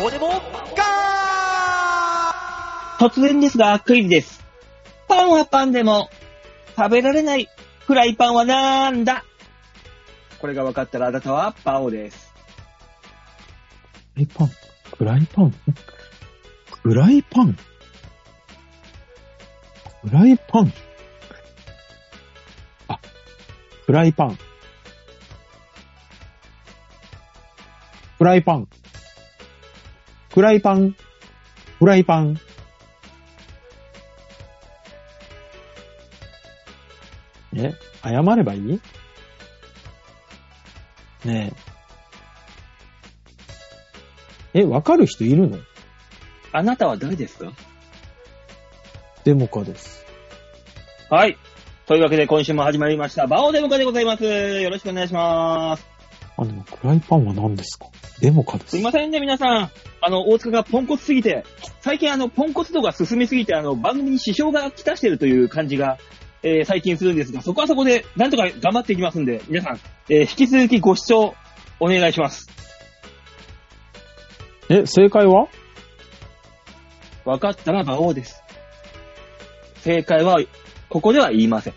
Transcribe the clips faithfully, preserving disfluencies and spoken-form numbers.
どうでもガー。 突然ですがクイズです。パンはパンでも食べられないフライパンはなんだ？これが分かったらあなたはバオです。 フライパンフライパンフライパンフライパンあ、フライパンフライパンフライパンフライパンえ、謝ればいい？ねえ。え、わかる人いるの？ あなたは誰ですか？ デモカです。 はい。というわけで今週も始まりました。バオデモカでございます。よろしくお願いします。 あの、フライパンは何ですか？デモカです。 すいませんね、皆さん。あの、大塚がポンコツすぎて、最近あの、ポンコツ度が進みすぎて、あの、番組に支障がきたしているという感じが、えー、最近するんですが、そこはそこで、なんとか頑張っていきますんで、皆さん、えー、引き続きご視聴、お願いします。 え、正解は？ わかったら馬王です。正解は、ここでは言いません。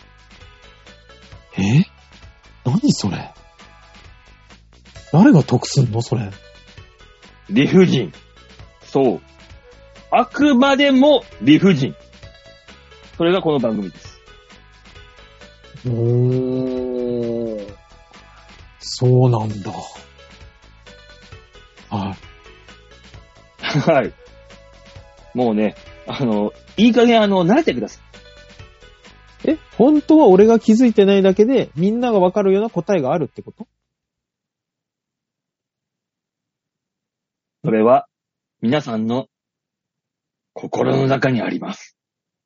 え？何それ？誰が得すんのそれ？ 理不尽。そう。あくまでも理不尽。それがこの番組です。 おー。そうなんだ。はい。 はい。もうね、あの、いい加減あの、慣れてください。え、本当は俺が気づいてないだけで、みんながわかるような答えがあるってこと？ それは、皆さんの心の中にあります。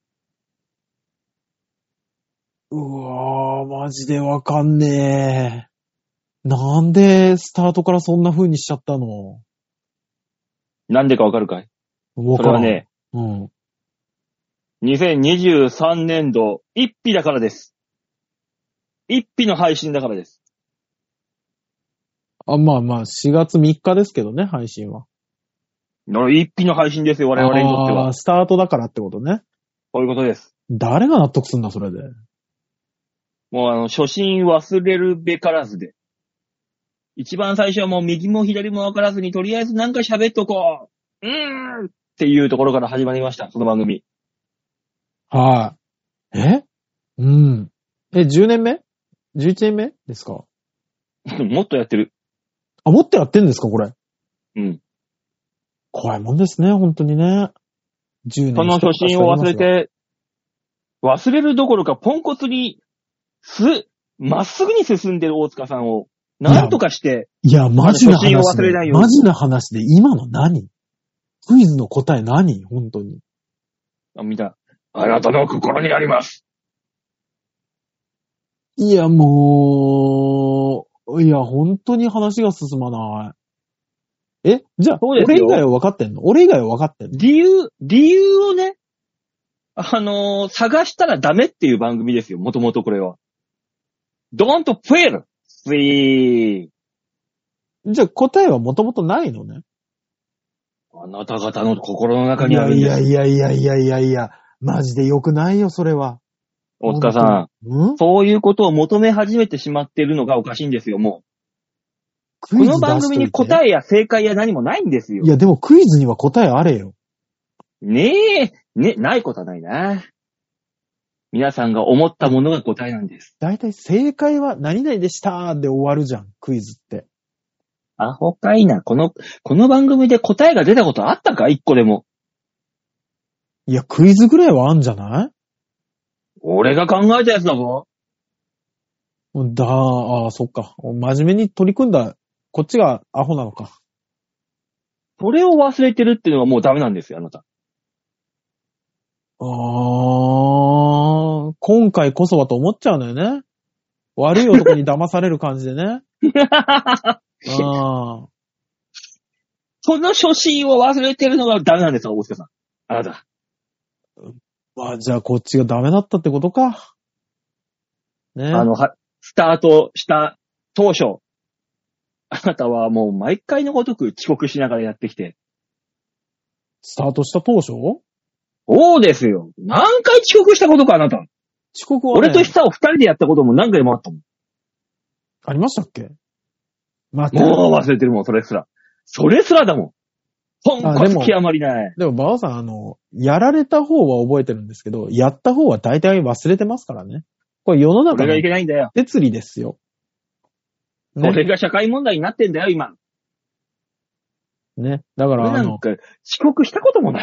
うわー、マジでわかんねえ。なんでスタートからそんな風にしちゃったの？ なんでかわかるかい？ わかそれはね、 うん。 にせんにじゅうさんねんど一匹だからです。一匹の配信だからです。 あ、まあまあ、しがつみっかですけどね、配信は。 一匹の配信ですよ、我々にとっては。 あー、スタートだからってことね。 そういうことです。 誰が納得すんだ、それで。 もうあの、初心忘れるべからずで。一番最初はもう右も左も分からずに、とりあえずなんか喋っとこう。うーんっていうところから始まりました、その番組。 はい。えうん。え、じゅうねんめ ?じゅういち 年目ですか？ もっとやってる。 あ、もっとやってんですか、これ。 うん。 怖いもんですね、本当にね。じゅうねん。 その初心を忘れて、忘れるどころかポンコツに、す、まっすぐに進んでる大塚さんを、なんとかして、 いや、マジな初心を話で、 忘れないように。 マジな話で、今の何？クイズの答え何？本当に。 あ、見た。あなたの心にあります。 いや、もう、いや、本当に話が進まない。え、じゃあ、俺以外は分かってんの？俺以外は分かってんの？ 理由、理由をね、あのー、探したらダメっていう番組ですよ、もともとこれは。Don't fail! See! じゃあ答えはもともとないのね。 あなた方の心の中にあるんです。 いやいやいやいやいやいや、マジで良くないよ、それは。 大塚さん、 ん？ そういうことを求め始めてしまっているのがおかしいんですよ、もう。この番組に答えや正解や何もないんですよ。 いや、でもクイズには答えあれよ。 ねえ、ね、ないことはないな。皆さんが思ったものが答えなんです。 だいたい正解は何々でしたで終わるじゃん、クイズって。 アホかいな。この、この番組で答えが出たことあったか？一個でも。 いや、クイズぐらいはあんじゃない？ 俺が考えたやつだぞ。 だ、ああ、そっか。真面目に取り組んだ、こっちがアホなのか。 それを忘れてるっていうのはもうダメなんですよ、あなた。 ああ、今回こそはと思っちゃうのよね。悪い男に騙される感じでね。ああ。 その初心を忘れてるのがダメなんですよ、大塚さん。あなた。 まあ、じゃあこっちがダメだったってことか。ね。 あの、は、スタートした当初、 あなたはもう毎回のごとく遅刻しながらやってきて。 スタートした当初そうですよ。何回遅刻したことか、あなた。 遅刻はね。 俺と久を二人でやったことも何回もあったもん。 ありましたっけ待って。もう忘れてるもん、それすら。それすらだもん。ポンコツ極まりない。 でも、馬王さん、あの、やられた方は覚えてるんですけど、やった方は大体忘れてますからね。これ世の中のそれがいけないんだよ。 哲理ですよ。 ね、これが社会問題になってんだよ、今。 ね。だから、 俺なんか遅刻したこともない。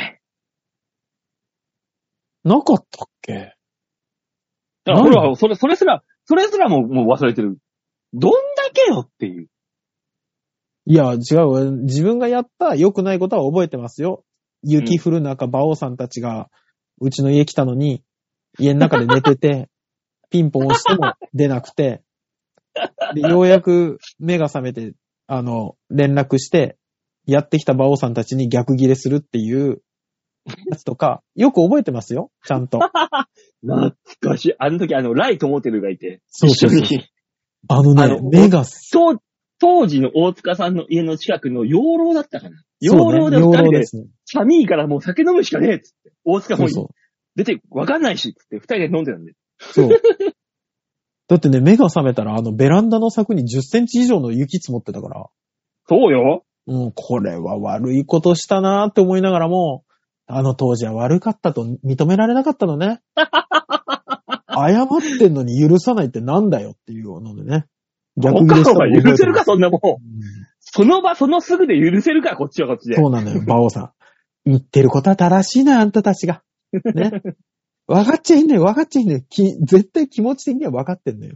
なかったっけだから、ほら、それ、それすら、それすらももう忘れてる。どんだけよっていう。 いや、違う。自分がやった良くないことは覚えてますよ。雪降る中、馬王さんたちが、うちの家来たのに、家の中で寝てて、ピンポン押しても出なくて、で、ようやく目が覚めて、あの、連絡して、やってきた馬王さんたちに逆ギレするっていうやつとか、よく覚えてますよ。ちゃんと。 懐かしい。あの時、あの、ライトモテルがいて、 そうそうそう一緒に。 あのね、あの目が、 当、当時の大塚さんの家の近くの養老だったかな。養老で二人で、寒いからもう酒飲むしかねえっつって。大塚も出てわかんないしっつって二人で飲んでたんで。 そう。だってね、目が覚めたらあのベランダの柵にじゅっセンチ以上の雪積もってたから。 そうよ。 うん、これは悪いことしたなーって思いながらも、あの当時は悪かったと認められなかったのね。謝ってんのに許さないってなんだよっていうのでね。 逆にしたら許せるか、そんなもん。うん、その場、そのすぐで許せるか、こっちはこっちで。 そうなのよ、馬王さん。言ってることは正しいな、あんたたちが。ね。分かっちゃいいんだよ、分かっちゃいいんだよ。き絶対気持ち的には分かってんのよ。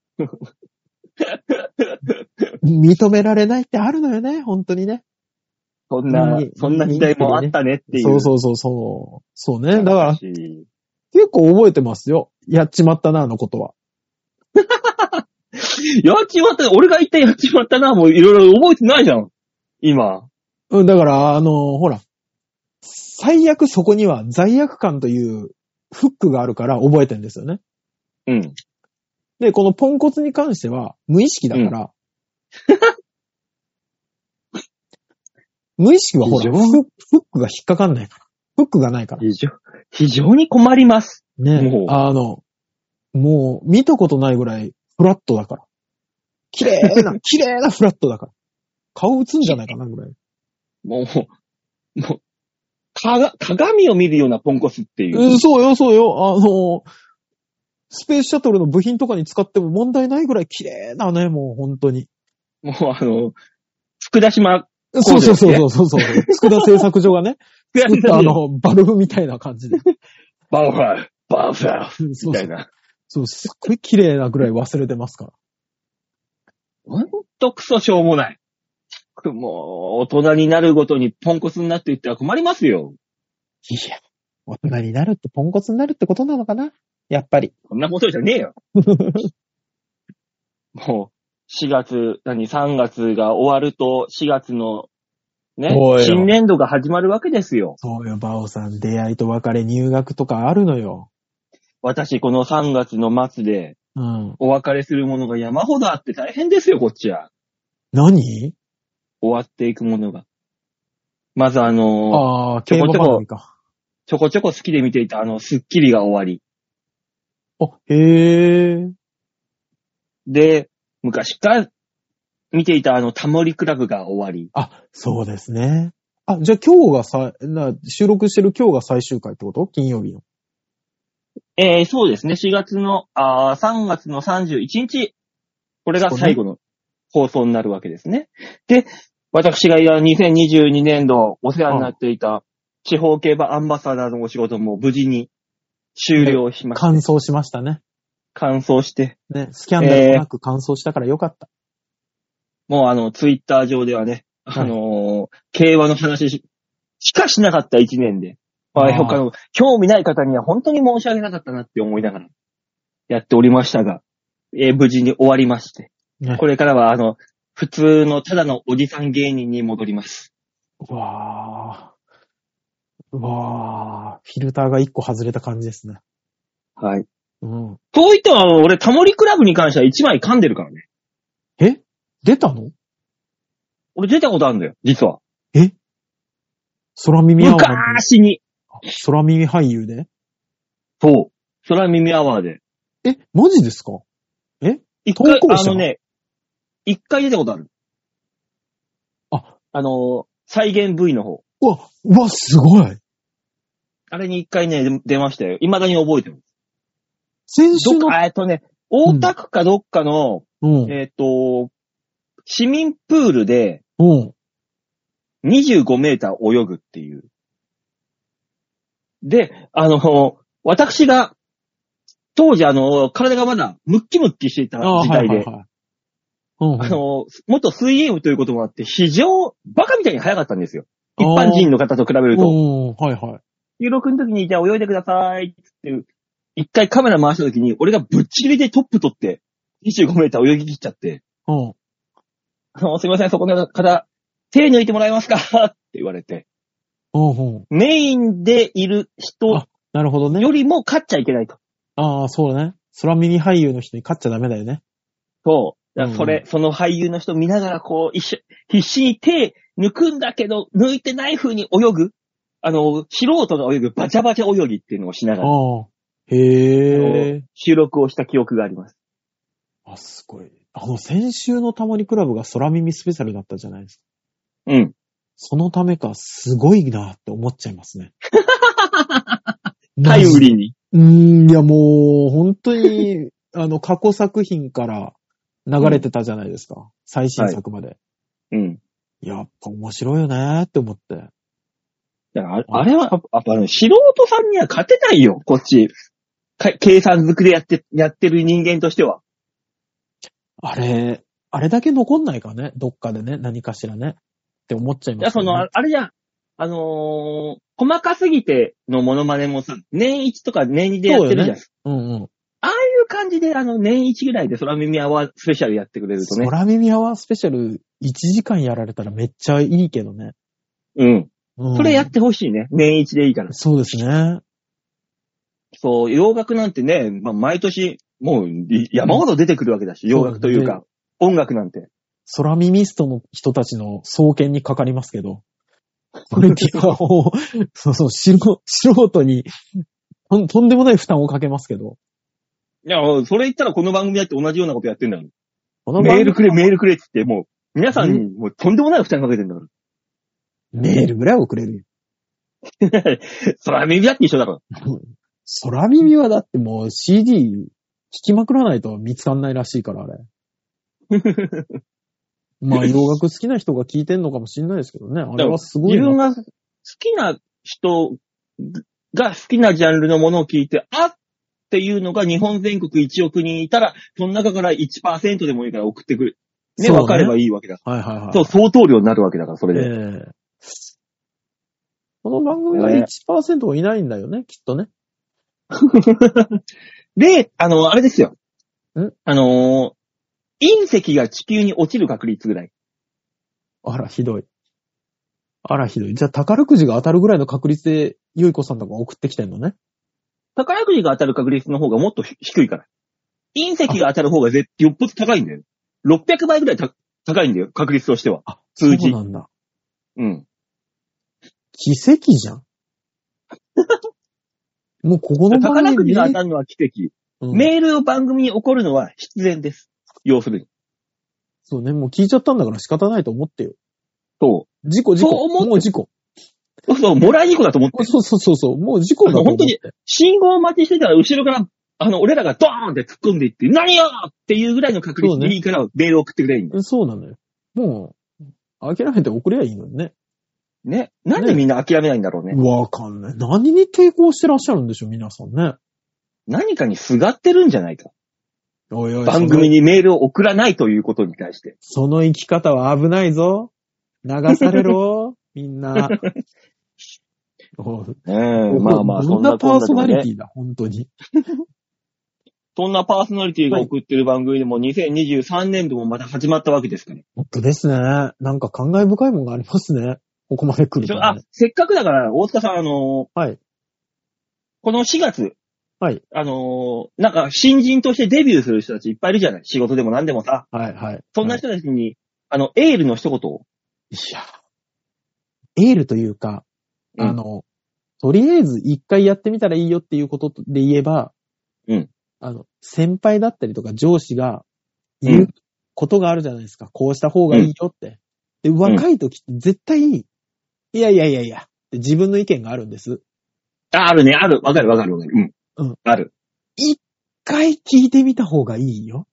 認められないってあるのよね、本当にね。 そんな、そんな時代もあったねっていう。 そうそうそうそう。そうね。だから、結構覚えてますよ。やっちまったな、あのことは。 やっちまった、俺が言ったやっちまったな、もういろいろ覚えてないじゃん。今。 うん、だから、あの、ほら、最悪そこには罪悪感というフックがあるから覚えてるんですよね。 うん。 で、このポンコツに関しては無意識だから、うん、無意識はほら、フックが引っかかんないから。フックがないから。 非常、非常に困ります。 ね。もうあの、もう見たことないぐらいフラットだから。綺麗な、綺麗なフラットだから。顔映んじゃないかなぐらい。 もう、もう、かが、鏡を見るようなポンコツっていう。 うん、そうよ、そうよ。あの、スペースシャトルの部品とかに使っても問題ないぐらい綺麗だね、もう本当に。 もうあの、佃島、 ね。そうそうそうそうそう。佃製作所がね、作ったあの、バルブみたいな感じで。 バーファー、バーファー、みたいな。 そう、すっごい綺麗なぐらい忘れてますから。 ほんとクソしょうもない。もう、大人になるごとにポンコツになっていったら困りますよ。 いや、大人になるってポンコツになるってことなのかなやっぱり。 そんなことじゃねえよ。もう、しがつ、何、さんがつが終わると、しがつの、ね、新年度が始まるわけですよ。 そうよ、バオさん。出会いと別れ、入学とかあるのよ。 私、このさんがつの末で、 うん、 お別れするものが山ほどあって大変ですよ、こっちは。 何？ 終わっていくものが。まずあのー、 ああ、ちょこちょこ、 ちょこちょこ好きで見ていたあの、スッキリが終わり。 あ、へえ。 で、昔から見ていたあの、タモリクラブが終わり。 あ、そうですね。あ、じゃあ今日がさ、な、収録してる今日が最終回ってこと？金曜日の。 えー、そうですね。しがつの、あさんがつのさんじゅういちにち。これが最後の放送になるわけですね。で、私がにせんにじゅうにねんどお世話になっていた地方競馬アンバサダーのお仕事も無事に終了しました。 完走しましたね。 完走して。 ね、スキャンダルもなく完走したからよかった。 えー、もうあの、ツイッター上ではね、はい、あのー、競馬の話し、しかしなかったいちねんで、まあ、他の、興味ない方には本当に申し訳なかったなって思いながらやっておりましたが、えー、無事に終わりまして、ね、これからはあの、普通のただのおじさん芸人に戻ります。 うわー。うわー。フィルターが一個外れた感じですね。 はい。 うん。 そういったら俺タモリクラブに関してはいちまい噛んでるからね。 え？出たの？ 俺出たことあるんだよ、実は。 え空耳アワー。 昔に。 空耳俳優で？ そう。空耳アワーで。 え、マジですか？え一回、 投稿者あのね、一回出たことある。 あ、 あの、再現 V の方。 うわ、うわ、すごい。 あれに一回ね、出ましたよ。未だに覚えてます。 先週の、 どっか、えっとね、大田区かどっかの、 うん。 えっと、市民プールでうん。 にじゅうごメーター泳ぐっていう。で、あの、私が、当時あの、体がまだムッキムッキしていたああ、 時代で、 はいはいはい。うんうん、 あの、元水泳部ということもあって、非常、バカみたいに速かったんですよ。一般人の方と比べると。 うん、はいはい。 じゅうろくの時に、じゃあ泳いでくださいっていう、一回カメラ回した時に、俺がぶっちぎりでトップ取って、にじゅうごメーター泳ぎ切っちゃって、 うん。 あの、すいません、そこの方、手抜いてもらえますかって言われて、 うんうん。 メインでいる人あ、なるほどね。 よりも勝っちゃいけないと。 ああ、そうね。空耳俳優の人に勝っちゃダメだよね。 そう。だからそれ、 うんその俳優の人見ながらこう、一緒、必死に手抜くんだけど、抜いてない風に泳ぐ。あの、素人が泳ぐバチャバチャ泳ぎっていうのをしながら、 ああ。へえ。 収録をした記憶があります。 あ、すごい。あの、先週のタモリクラブが空耳スペシャルだったじゃないですか。 うん。 そのためか、すごいなって思っちゃいますね。 タイムリーに。 うーん、いやもう、本当に、あの、過去作品から流れてたじゃないですか。うん、最新作まで、はい。 うん。 やっぱ面白いよねーって思って。 だからああれは、やっぱ素人さんには勝てないよ、こっち。計算づくでやって、やってる人間としては。 あれ、あれだけ残んないかね、どっかでね、何かしらね。って思っちゃいますね。 いや、その、あれじゃん。あのー、細かすぎてのモノマネもさ、年一とか年二でやってるじゃん。 そうよね。うんうん。 ああいう感じで、あの、年一ぐらいで空耳アワースペシャルやってくれるとね。 空耳アワースペシャルいちじかんやられたらめっちゃいいけどね。 うん。 うん、 それやってほしいね。年一でいいから。 そうですね。 そう、洋楽なんてね、まあ、毎年、もう、山ほど出てくるわけだし、うん、洋楽というか、ね、音楽なんて。 空耳ストの人たちの双剣にかかりますけど。これってはもう、そうそう、素人にと、とんでもない負担をかけますけど。 いや、それ言ったらこの番組だって同じようなことやってんだから。メールくれ、メールくれって言って、もう、皆さんにもうとんでもない負担かけてんだから。 メールぐらい送れるよ。 空耳だって一緒だから。 空耳はだってもう シーディー 聴きまくらないと見つかんないらしいから、あれ。まあ、洋楽好きな人が聴いてんのかもしれないですけどね。あれはすごいな。 自分が好きな人が好きなジャンルのものを聞いて、あっていうのが日本全国いちおく人いたら、その中から いちパーセント でもいいから送ってくる。ね、分かればいいわけだ。 はいはいはい。 そう、相当量になるわけだから、それで。えー、 この番組が いちパーセント もいないんだよね、きっとね。 で、あの、あれですよ。 んあのー、隕石が地球に落ちる確率ぐらい。 あら、ひどい。あら、ひどい。じゃあ、宝くじが当たるぐらいの確率で、ゆいこさんとか送ってきてんのね。 宝くじが当たる確率の方がもっと低いから。隕石が当たる方が絶よっぽど高いんだよ。ろっぴゃくばいぐらいた高いんだよ、確率としては。 あ、数字。そうなんだ。 うん。 奇跡じゃん。もうここの番組宝くじが当たるのは奇跡。うん、メールを番組に起こるのは必然です。要するに。 そうね、もう聞いちゃったんだから仕方ないと思ってよ。 そう。 事故、事故。そう思って。もう事故。 そうそう、もらい事故だと思って。 そうそうそうそう、もう事故だと思って。 本当に、信号待ちしてたら後ろから、あの、俺らがドーンって突っ込んでいって、何よっていうぐらいの確率でいいから、メールを送ってくれるんだよ。 そうなのよ。もう、諦めて送ればいいのにね。 ね。なんでみんな諦めないんだろうね。 わかんない。何に抵抗してらっしゃるんでしょう、皆さんね。 何かにすがってるんじゃないか。 おいおい、 番組にメールを送らないということに対して。 その生き方は危ないぞ。流されろ。みんな。 ええまあまあ、 そんなパーソナリティだ、本当に。 そんなパーソナリティが送ってる番組でもにせんにじゅうさんねん度もまた始まったわけですからね。 本当ですね。なんか感慨深いものがありますね。ここまで来ると、ね。 あ、せっかくだから、大塚さん、あのー、 はい。 このしがつ、 はい。 あのー、なんか新人としてデビューする人たちいっぱいいるじゃない。仕事でも何でもさ。 はいはい。 そんな人たちに、はい、あの、エールの一言を。 いや、エールというか、 うんあの、とりあえず一回やってみたらいいよっていうことで言えば、 うん。 あの、先輩だったりとか上司が言うことがあるじゃないですか。こうした方がいいよって。で、若い時って絶対、いやいやいやいや、って自分の意見があるんです。 あ、あるね、ある。わかるわかるわかる。うん。 うん。 ある。 一回聞いてみた方がいいよ。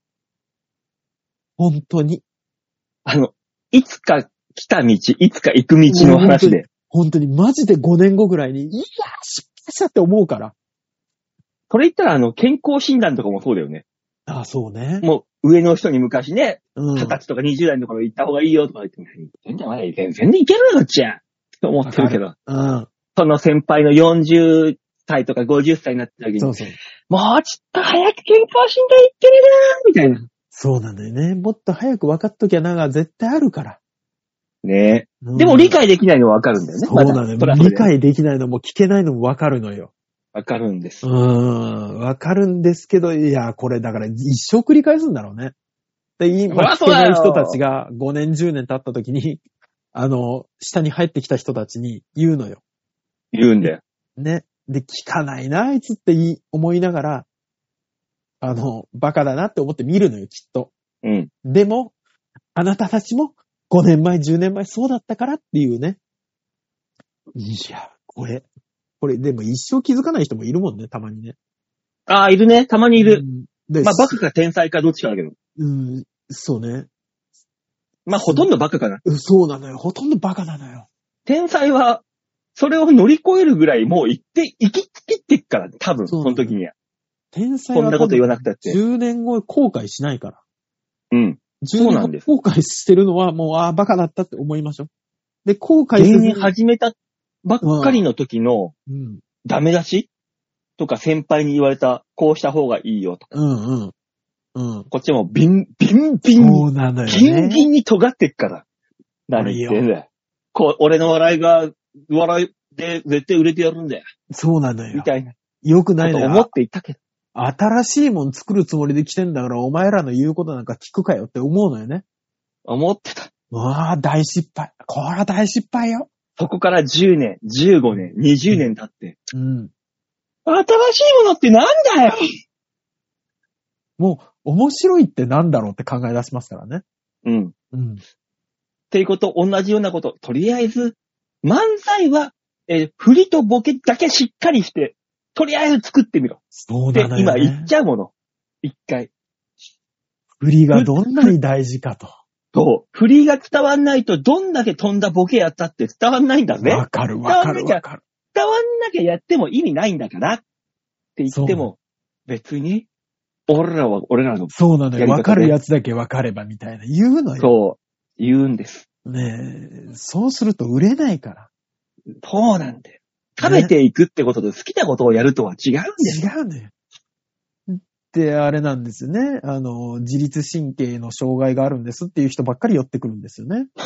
本当に。 あの、いつか来た道、いつか行く道の話で。 本当にマジでごねんごぐらいに、いやー、失敗したって思うから。 それ言ったら、あの、健康診断とかもそうだよね。 ああ、そうね。 もう、上の人に昔ね、 うん。 二十歳とかにじゅう代の頃行った方がいいよとか言って、全然まだ全然全然いけるよ、こっちゃ。と思ってるけど。 うん。 その先輩のよんじゅっさいとかごじゅっさいになった時に、 そうそう。 もうちょっと早く健康診断行ってるなーみたいな。 そうなんだよね。もっと早く分かっときゃなが絶対あるから。 ねえ。 うん、 でも理解できないのは分かるんだよね。 そうなのよ。ま、理解できないのも聞けないのも分かるのよ。 分かるんです。 うーん。分かるんですけど、いや、これだから一生繰り返すんだろうね。で、今聞けない人たちがごねんじゅうねん経った時に、あの、下に入ってきた人たちに言うのよ。 言うんだよ。 ね。で、聞かないな、あいつって言い思いながら、あの、バカだなって思って見るのよ、きっと。 うん。 でも、あなたたちもごねんまえ、じゅうねんまえそうだったからっていうね。いや、これ、これ、でも一生気づかない人もいるもんね、たまにね。 ああ、いるね。たまにいる。 うん、でまあ、バカか天才かどっちかだけど。 うん、そうね。 まあ、ほとんどバカかな。 そうなのよ。ほとんどバカなのよ。 天才は、それを乗り越えるぐらいもう行って、生き切っていくから、多分、その時には。 天才はこんなこと言わなくたって。 じゅうねんご後悔しないから。 うん。そうなんです。 後悔してるのはもう、ああ、バカだったって思いましょう。で、後悔せずに芸人始めたばっかりの時の、ダメ出しとか先輩に言われた、こうした方がいいよとか。 うんうん。うん。 こっちもビン、ビンビンに、 そうなのよね。 ギンギンに尖ってっから。何言ってんだよ。こう、俺の笑いが、笑いで絶対売れてやるんだよ。 そうなのよ。 みたいな。 よくないのよ。 思っていたけど。 新しいもん作るつもりで来てんだから、お前らの言うことなんか聞くかよって思うのよね。 思ってた。 わあ、大失敗。これは大失敗よ。 そこからじゅうねん、じゅうごねん、にじゅうねん経って。 うん。 新しいものってなんだよ。 もう、面白いってなんだろうって考え出しますからね。 うん。 うん。 っていうこと、同じようなこと。とりあえず、漫才は、えー、振りとボケだけしっかりして、とりあえず作ってみろ。 そうなのよ、ね。 で、今言っちゃうもの。一回。 振りがどんなに大事かと。 そう。振りが伝わんないと、どんだけ飛んだボケやったって伝わんないんだぜ。 わかるわかるわかる。 伝わんなきゃやっても意味ないんだから。って言っても、別に、俺らは俺らの。 そうなのよ。わかるやつだけわかればみたいな。言うのよ。 そう。言うんです。ねえ、そうすると売れないから。 そうなんだよ。食べていくってことと好きなことをやるとは違うんですよ。違うね。で、あれなんですよね。あの、自律神経の障害があるんですっていう人ばっかり寄ってくるんですよね。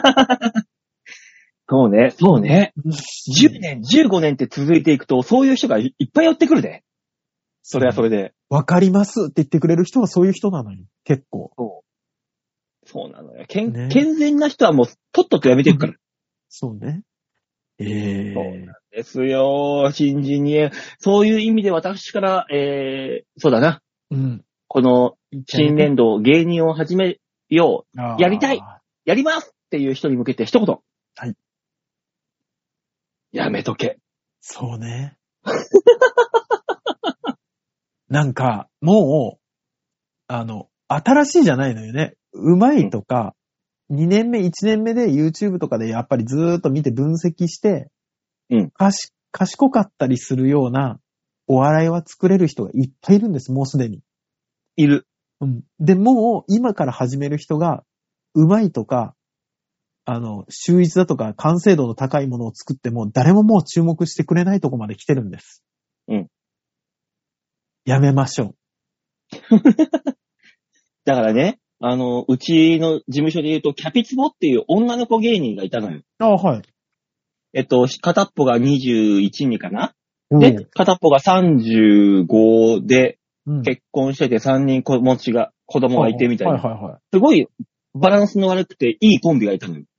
そうね、そうね。じゅうねん、じゅうごねんって続いていくと、そういう人がいっぱい寄ってくるで。それはそれで。 わかりますって言ってくれる人はそういう人なのよ。結構。 そう。そうなのよ。健、ね、健全な人はもう、とっととやめていくから。 そうね。ええー。 そうなんですよ。新人に。そういう意味で私から、えー、そうだな。 うん。 この、新年度芸人を始めよう。やりたい。やりますっていう人に向けて一言。 はい。 やめとけ。 そうね。なんか、もう、あの、新しいじゃないのよね。うまいとか、うん、にねんめ、いちねんめで YouTube とかでやっぱりずーっと見て分析して、 うん。 かし、賢かったりするようなお笑いは作れる人がいっぱいいるんです、もうすでに。 いる。 うん。で、もう今から始める人が、うまいとか、あの、秀逸だとか完成度の高いものを作っても、誰ももう注目してくれないとこまで来てるんです。 うん。 やめましょう。 だからね、あの、うちの事務所で言うと、キャピツボっていう女の子芸人がいたのよ。 ああ、はい。 えっと、片っぽがにじゅういちにかな、うん、で、片っぽがさんじゅうごで、結婚しててさんにん子持ちが、子供がいてみたいな。 はいはいはい。 すごいバランスの悪くていいコンビがいたのよ。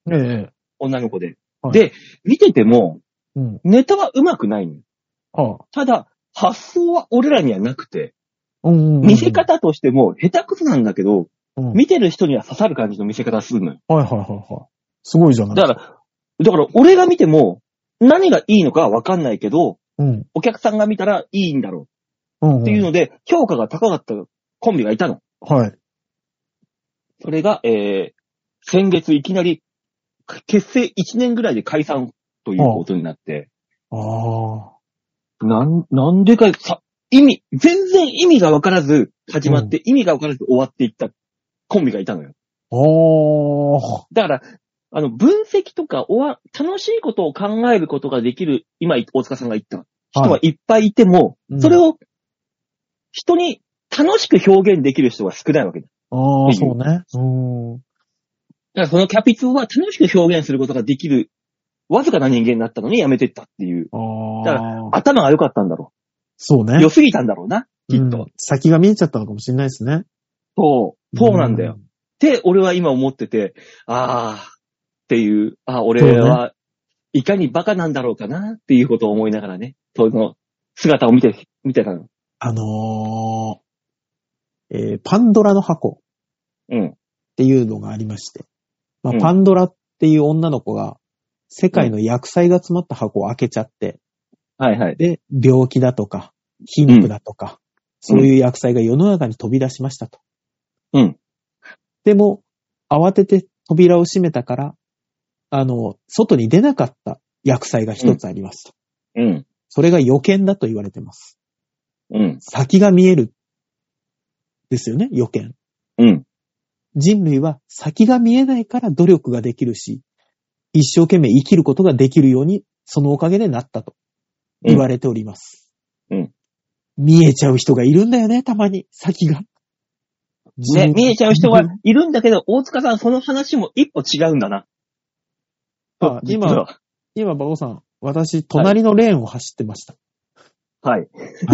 ええ。 女の子で。 はいで、見てても、 うん。 ネタは上手くないのよ。 はあ。 ただ、発想は俺らにはなくて、 うんうんうん。 見せ方としても下手くそなんだけど、 うん。 見てる人には刺さる感じの見せ方するのよ。 はいはいはいはい。すごいじゃないですか。 だから、だから俺が見ても何がいいのかはわかんないけど、 うん。 お客さんが見たらいいんだろうん、うん。 うっていうので、評価が高かったコンビがいたの。 はい。 それが、えー、先月いきなり結成いちねんぐらいで解散ということになって、 ああ。 なん、なんでかさ、意味、全然意味がわからず始まって、意味がわからず終わっていったコンビがいたのよ。 おー。 だから、あの、分析とか、おわ、楽しいことを考えることができる、今、大塚さんが言った人はいっぱいいても、 うんそれを、人に楽しく表現できる人は少ないわけだ。 ああ、そうね。うん。 だからそのキャピツオは楽しく表現することができる、わずかな人間だったのに辞めてったっていう。 あだからあ。 頭が良かったんだろそうね。 う。良すぎたんだろうな、きっと。 うん、先が見えちゃったのかもしれないですね。 そう、そうなんだよ。 うんって俺は今思ってて、あーっていう、あー俺はいかにバカなんだろうかなっていうことを思いながらね、その姿を見て、見てたの。 あのー、えー、パンドラの箱うん。 っていうのがありまして、まあうんパンドラっていう女の子が世界の薬剤が詰まった箱を開けちゃって、 はいはい。 で、病気だとか、貧富だとか、そういう薬剤が世の中に飛び出しましたと。 うん。 でも、慌てて扉を閉めたから、あの、外に出なかった薬剤が一つありますと。 うん。 それが予見だと言われてます。 うん。 先が見える。ですよね、予見。 うん。 人類は先が見えないから努力ができるし、一生懸命生きることができるように、そのおかげでなったと言われております。 うん。 見えちゃう人がいるんだよね、たまに、先が。 ね、見えちゃう人はいるんだけど、大塚さん、その話も一歩違うんだな。 あ、今、 実は今、馬王さん、私、隣のレーンを走ってました。 はい。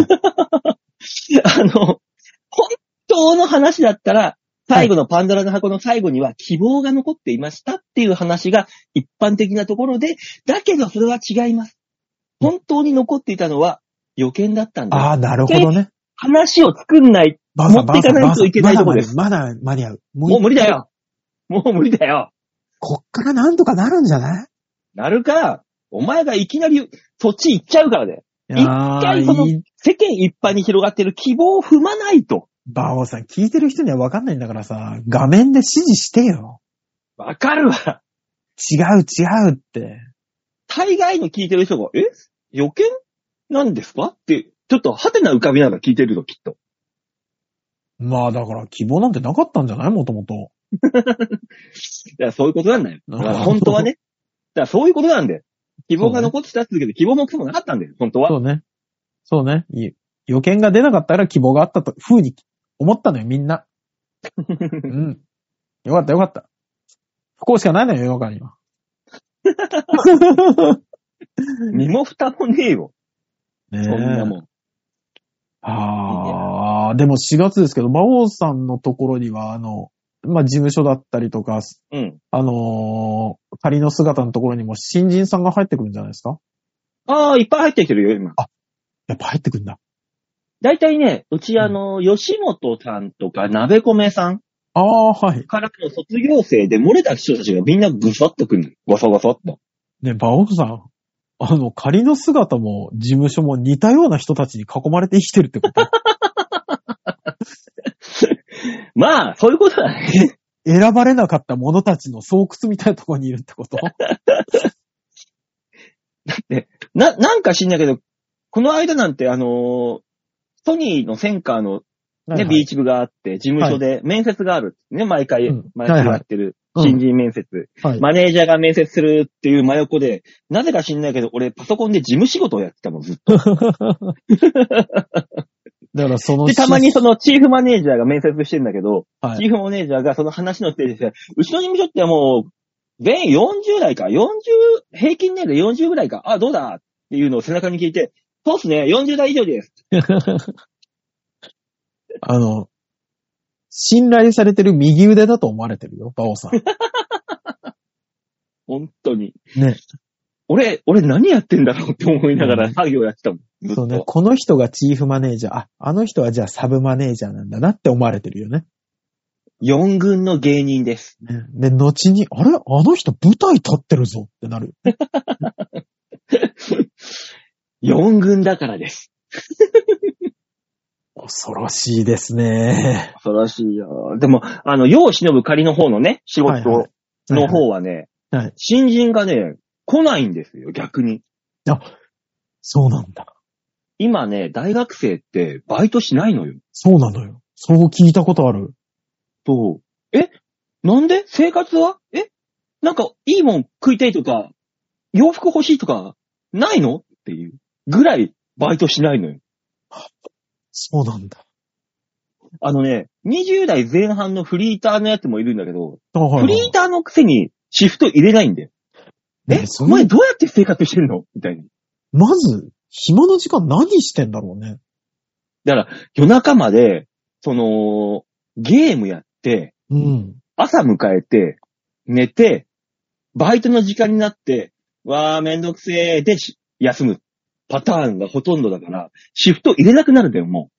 あの、本当の話だったら、最後のパンドラの箱の最後には希望が残っていましたっていう話が一般的なところで、だけどそれは違います。本当に残っていたのは予見だったんだ。 ああ、なるほどね。 話を作んない、 バーさん持っていかないといけないところです。 まだ間に合う。 もう無理だよ。もう無理だよ。 こっからなんとかなるんじゃない？ なるか、お前がいきなりそっち行っちゃうからね。一回その世間一般に広がってる希望を踏まないと。 バオさん、聞いてる人には分かんないんだからさ、画面で指示してよ。 わかるわ。 違う違うって。 大概の聞いてる人が、え予見なんですかって、ちょっとハテナ浮かびながら聞いてるの、きっと。 まあだから希望なんてなかったんじゃない？もともと。 いや、そういうことなんだよ。だから本当はね。だからそういうことなんだよ。希望が残ってたって言うけど、希望もクソもなかったんだよ、本当は。 そうね。そうね。予見が出なかったら希望があったと、風に思ったのよ、みんな。うん。よかったよかった。不幸しかないのよ、世の中には。 身も蓋もねえよ。 ねえ。 そんなもん。 ああ、でもしがつですけど、馬王さんのところには、あの、まあ、事務所だったりとか、 うん。 あのー、仮の姿のところにも新人さんが入ってくるんじゃないですか？ ああ、いっぱい入ってきてるよ、今。 あ、やっぱ入ってくるんだ。 だいたいね、うちあの、吉本さんとか、鍋米さんああ、はい。 からの卒業生で漏れた人たちがみんなぐさっとくるの。ごそごそっと。 ね、馬王さん。あの、仮の姿も事務所も似たような人たちに囲まれて生きてるってことまあ、そういうことだね。 選ばれなかった者たちの巣窟みたいなところにいるってことだって、な、なんか知んないけど、この間なんてあのー、ソニーのセンカーのね、はいはい、ビーチ部があって、事務所で面接がある。ね、毎回、うん、毎回やってる。新人面接、うんはい。マネージャーが面接するっていう真横で、なぜか知んないけど、俺パソコンで事務仕事をやってたもん、ずっと。だからそので、たまにそのチーフマネージャーが面接してるんだけど、はい、チーフマネージャーがその話のステージで、うちの事務所ってもう、全員よんじゅう代か、よんじゅう、平均年齢よんじゅうぐらいか、あ、どうだっていうのを背中に聞いて、そうっすね、よんじゅう代以上です。 あの、信頼されてる右腕だと思われてるよ、バオさん。 本当に。 ね。 俺、俺何やってんだろうって思いながら作業やってたもん。ずっとそうね。この人がチーフマネージャー。あ、あの人はじゃあサブマネージャーなんだなって思われてるよね。 四軍の芸人です。 ね。で、後に、あれあの人舞台立ってるぞってなる。 四軍だからです。 恐ろしいですね。 恐ろしいよ。でも、あの、世を忍ぶ仮の方のね、仕事の方はね、 はい。 新人がね、来ないんですよ、逆に。 あ、そうなんだ。 今ね、大学生ってバイトしないのよ。 そうなのよ。そう聞いたことある。 そう。えなんで生活はえなんか、いいもん食いたいとか、洋服欲しいとか、ないのっていうぐらいバイトしないのよ。 そうなんだ。 あのね、にじゅう代前半のフリーターのやつもいるんだけど、 あ、はいはい、 フリーターのくせにシフト入れないんだよ。え、お前どうやって生活してんのみたいな。 まず、暇な時間何してんだろうね。 だから、夜中まで、その、ゲームやって、 うん。 朝迎えて、寝て、バイトの時間になって、わーめんどくせーで休むパターンがほとんどだから、シフト入れなくなるんだよ、も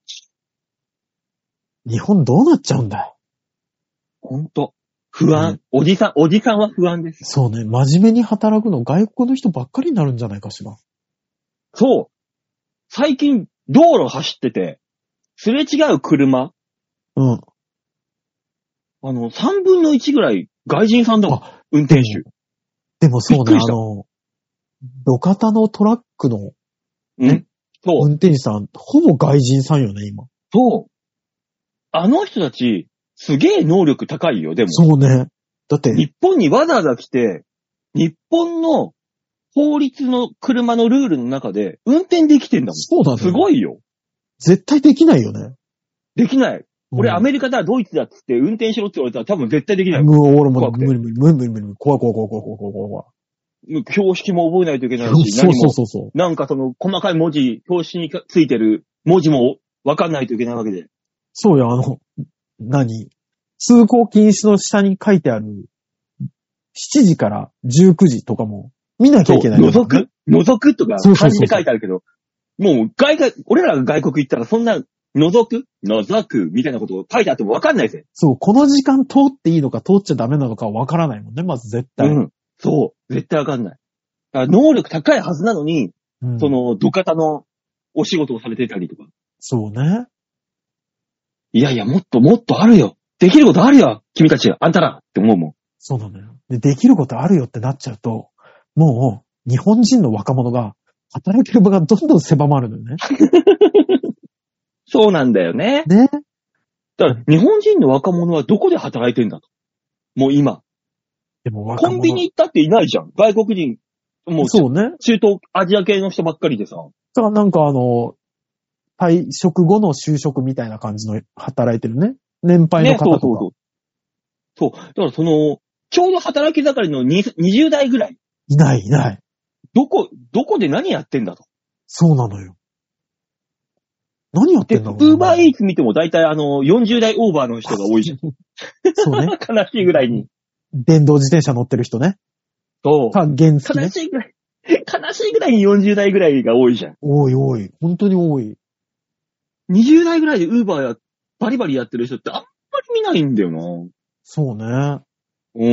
う。日本どうなっちゃうんだよ。 ほんと。不安、ね。おじさん、おじさんは不安です。 そうね。真面目に働くの外国の人ばっかりになるんじゃないかしら。 そう。最近、道路走ってて、すれ違う車。 うん。 あの、三分の一ぐらい外人さんだもん。運転手。 でもそうね、あの、路肩のトラックの、 ね。そう。 運転手さん、ほぼ外人さんよね、今。 そう。あの人たち、すげえ能力高いよ、でも。 そうね。だって。 日本にわざわざ来て、日本の法律の車のルールの中で運転できてんだもん。 そうだね。 すごいよ。 絶対できないよね。 できない。俺、アメリカだ、ドイツだっつって運転しろって言われたら多分絶対できない。 もう俺も無理無理無理無理無理。怖い怖い怖い怖い怖い怖い怖い。 標識も覚えないといけないし、 そうそうそうそう。 なんかその細かい文字、標識についてる文字も分かんないといけないわけで。 そうや、あの、何通行禁止の下に書いてあるしちじからじゅうくじとかも見なきゃいけない、 ね。覗く覗くとか漢字で書いてあるけど、もう外国、俺らが外国行ったらそんな覗く覗くみたいなことを書いてあっても分かんないぜ。 そう、この時間通っていいのか通っちゃダメなのか分からないもんね、まず絶対。 うん。そう。絶対分かんない。だから能力高いはずなのに、うん、その、土方のお仕事をされてたりとか。 そうね。 いやいや、もっともっとあるよ。できることあるよ。君たち、あんたらって思うもん。 そうなのよ。で、できることあるよってなっちゃうと、もう、日本人の若者が、働ける場がどんどん狭まるのよね。 そうなんだよね。 ね。 だから、日本人の若者はどこで働いてんだと。もう今。 でも若者。 コンビニ行ったっていないじゃん。外国人。もう、 そうね。 中東アジア系の人ばっかりでさ。 だからなんかあの、退職後の就職みたいな感じの働いてるね。年配の方とか。ね、そうそうそう。 そう。だからその、ちょうど働き盛りのにじゅう代ぐらい。 いないいない。 どこ、どこで何やってんだと。 そうなのよ。何やってんだろう、 ね。ウーバーイーツ見ても大体あの、よんじゅう代オーバーの人が多いじゃん。 そうね。 悲しいぐらいに。 電動自転車乗ってる人ね。 そう。 か、原付ね。 悲しいぐらい。悲しいぐらいによんじゅう代ぐらいが多いじゃん。 多い多い。本当に多い。 にじゅう代ぐらいでウーバーや、バリバリやってる人ってあんまり見ないんだよな。 そうね。 うん。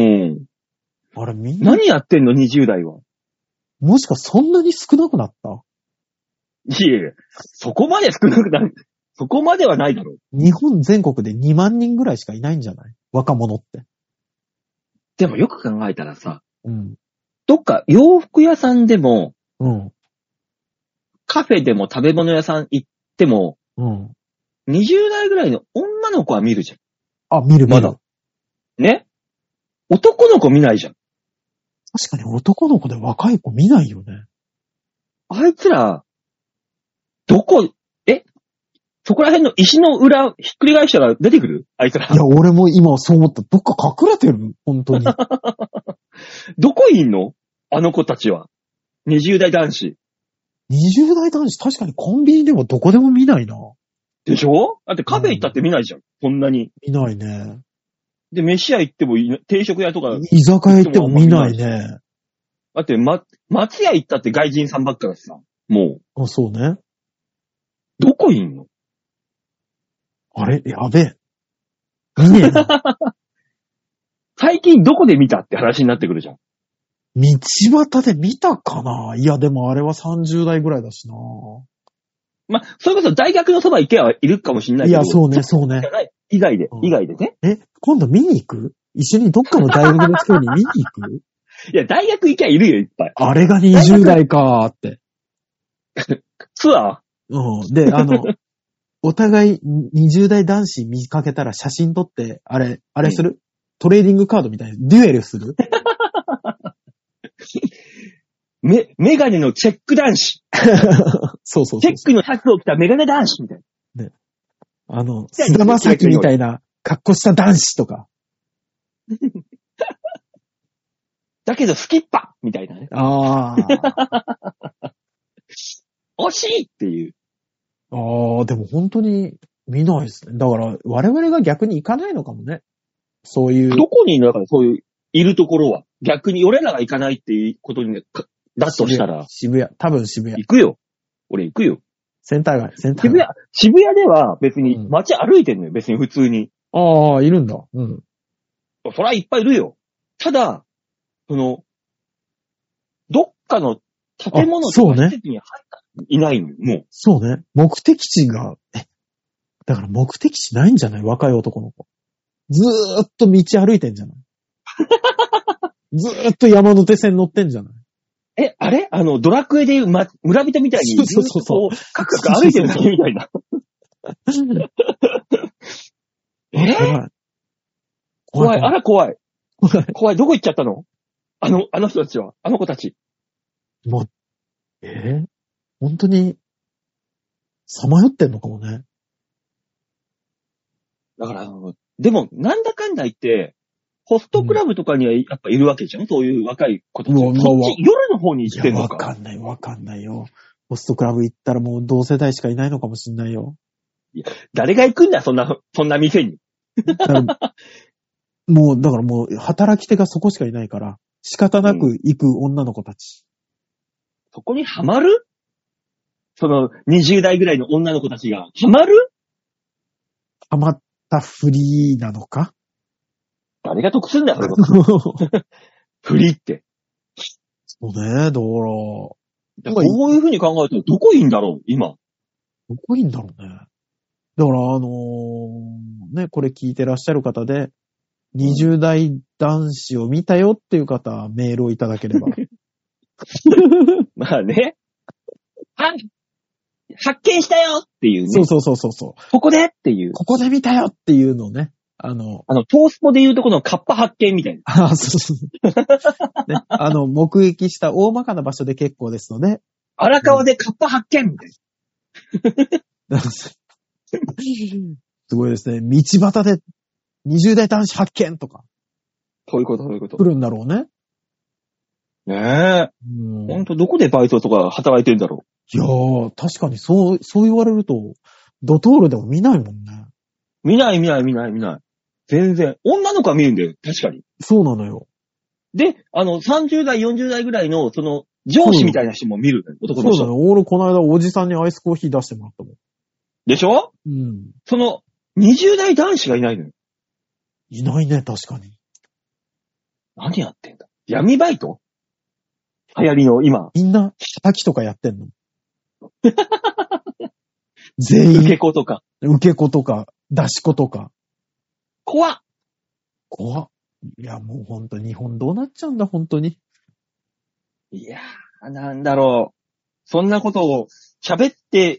あれみんな。 何やってんのにじゅう代は。 もしかそんなに少なくなった？ いえいえ、そこまで少なくなる。そこまではないだろう。 日本全国でにまん人ぐらいしかいないんじゃない？若者って。 でもよく考えたらさ、 うん。 どっか洋服屋さんでも、 うん。 カフェでも食べ物屋さん行っても、 うん。 にじゅう代ぐらいの女の子は見るじゃん。 あ、見る見る。 まだ。ね？男の子見ないじゃん。 確かに男の子で若い子見ないよね。 あいつら、どこ、えそこら辺の石の裏、ひっくり返したら出てくるあいつら。 いや、俺も今そう思った。どっか隠れてる本当に。 どこいんのあの子たちは。にじゅう代男子。 にじゅう代男子、確かにコンビニでもどこでも見ないな。 でしょだってカフェ行ったって見ないじゃん。こんなに。 見ないね。 で、飯屋行ってもいな、定食屋とか。 居酒屋行っても見ないね。 だって、ま、松屋行ったって外人さんばっかだしさ。もう。 あ、そうね。 どこいんの？ あれやべえ。見ねえな。 最近どこで見たって話になってくるじゃん。 道端で見たかな？いや、でもあれはさんじゅう代ぐらいだしな。 ま、それこそ大学のそば行けばいるかもしんないけど。 いや、そうね、そうね。 以外で、 うん、 以外でね。 え、今度見に行く？一緒にどっかの大学の近くに見に行く？ いや、大学行きゃいるよ、いっぱい。 あれがにじゅう代かーって。 ツアー？ うん。で、あの、お互いにじゅう代男子見かけたら写真撮って、あれ、あれする、うん、トレーディングカードみたいな、デュエルするメ、メガネのチェック男子。 そうそうそう。 チェックのシャツを着たメガネ男子みたいな。 ね。あの、菅田将暉みたいな格好した男子とか。 だけどスキッパみたいなね。 ああ。 惜しいっていう。 ああ、でも本当に見ないですね。だから我々が逆に行かないのかもね。そういう。 どこにいるのかそういう、いるところは。逆に俺らが行かないっていうことに、だとしたら。 渋谷、多分渋谷。 行くよ。俺行くよ。 センター街、センター街。 渋谷、渋谷では別に街歩いてんのよ。うん、別に普通に。 ああ、いるんだ。うん。 そりゃいっぱいいるよ。ただ、その、どっかの建物とか施設に入ったいないのよ、もう。 そうね。目的地が、え、だから目的地ないんじゃない？若い男の子。ずーっと道歩いてんじゃないずーっと山手線乗ってんじゃないえ、あれあの、ドラクエでいう、ま、村人みたいに、 そうそうそう。 カクカク歩いてるだけみたいな。えー、怖い。あら怖い。怖い。怖い。どこ行っちゃったの？あの、あの人たちは。あの子たち。 もう、えー、本当に、さまよってんのかもね。 だから、でも、なんだかんだ言って、ホストクラブとかにはやっぱいるわけじゃん、うん、そういう若い子たち。そっち、夜の方に行ってんのか。 いや、わかんない、わかんないよ。ホストクラブ行ったらもう同世代しかいないのかもしんないよ。 いや、誰が行くんだよ、そんな、そんな店に。 もう、だからもう、働き手がそこしかいないから、仕方なく行く女の子たち。 うん、そこにハマる？その、にじゅう代ぐらいの女の子たちが、ハマる？ ハマったフリーなのか？ 誰が得すんだよ、それ。フリーって。 そうね、だから。こういう風に考えると、どこいいんだろう、今。 どこいいんだろうね。だから、あのー、ね、これ聞いてらっしゃる方で、にじゅう代男子を見たよっていう方はメールをいただければ。 まあね。は、発見したよっていうね。 そうそうそうそうそう。 ここでっていう。 ここで見たよっていうのをね。あの、 あの、トースポで言うとこのカッパ発見みたいな。 ああ、そうそうそう。ね、あの、目撃した大まかな場所で結構ですので。 荒川でカッパ発見みたいな。 すごいですね。道端でにじゅう代男子発見とか。 そういうこと、そういうこと。 来るんだろうね。 ねえ。うん、ほんと、どこでバイトとか働いてんだろう。いやー、確かにそう、そう言われると、ドトールでも見ないもんね。 見ない見ない見ない見ない。全然。女の子は見るんだよ。確かに。 そうなのよ。 で、あの、さんじゅう代、よんじゅう代ぐらいの、その、上司みたいな人も見る、ね、男の人。 そうだね。俺、この間、おじさんにアイスコーヒー出してもらったもん。 でしょ？ うん。 その、にじゅう代男子がいないのよ。 いないね、確かに。 何やってんだ？闇バイト？流行りの、今。 みんな、叩きとかやってんの全員。 受け子とか。 受け子とか、出し子とか。 怖っ。 怖っ。いや、もうほんと、日本どうなっちゃうんだ、ほんとに。 いやー、なんだろう。そんなことを喋って、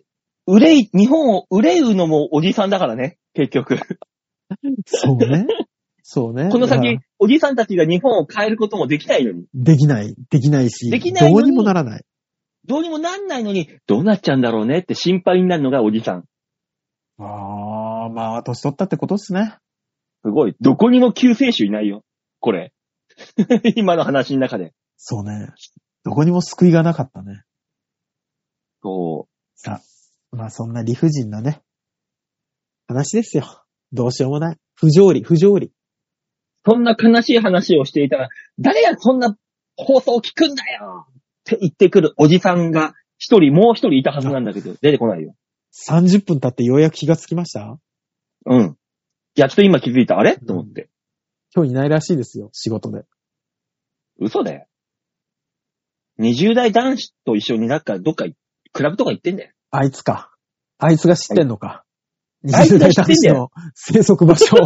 憂い、日本を憂うのもおじさんだからね、結局。 そうね。そうね。 この先、おじさんたちが日本を変えることもできないのに。 できない。できないし。 できないのに。 どうにもならない。 どうにもなんないのに、どうなっちゃうんだろうねって心配になるのがおじさん。 ああ、まあ、年取ったってことですね。 すごい。どこにも救世主いないよ。これ。今の話の中で。 そうね。どこにも救いがなかったね。 そう。 さあ、まあそんな理不尽なね、話ですよ。どうしようもない。不条理、不条理。 そんな悲しい話をしていたら、誰がそんな放送を聞くんだよって言ってくるおじさんが一人、もう一人いたはずなんだけど、出てこないよ。 さんじゅっぷん経ってようやく気がつきました？ うん。いや、ちょっと今気づいた。あれ、うん、と思って。 今日いないらしいですよ、仕事で。 嘘だよ。にじゅう代男子と一緒になんかどっかクラブとか行ってんだよ。 あいつか。あいつが知ってんのか。 あいつが知にじゅう代男子の生息場所。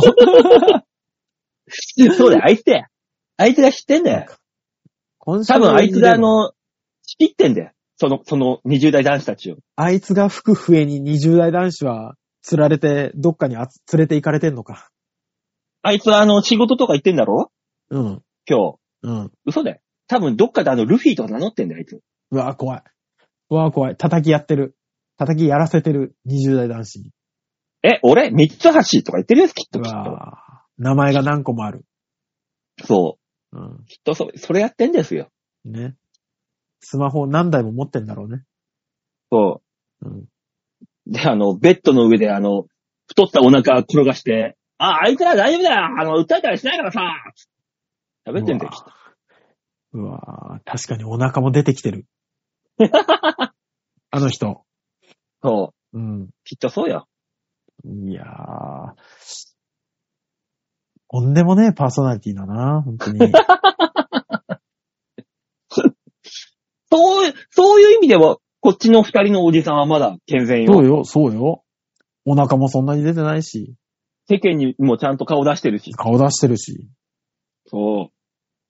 そうだよ、あいつだよ。あいつが知ってんだよ。多分あいつがあの、知ってんだよ。その、そのにじゅう代男子たちを。 あいつが吹く笛ににじゅう代男子は釣られてどっかにあつ連れて行かれてんのか。 あいつはあの、仕事とか行ってんだろ？ うん。 今日。 うん。 嘘だよ。多分どっかであの、ルフィとか名乗ってんだよ、あいつ。 うわぁ、怖い。うわぁ、怖い。叩きやってる。叩きやらせてるにじゅう代男子に。 え、俺三つ橋とか言ってるやつきっときっと。 名前が何個もある。 そう。 うん。 きっとそ、それやってんですよ。 ね。スマホ何台も持ってんだろうね。 そう。 うん。 で、あの、ベッドの上であの、太ったお腹転がして、あ、あいつら大丈夫だよあの、訴えたりしないからさ喋ってんだよ、きっと。 うわぁ、確かにお腹も出てきてる。あの人。 そう。 うん。 きっとそうよ。 いやー。とんでもねえパーソナリティだな、本当に。 そう、そういう意味では、こっちの二人のおじさんはまだ健全よ。 そうよ、そうよ。お腹もそんなに出てないし。 世間にもちゃんと顔出してるし。 顔出してるし。 そう。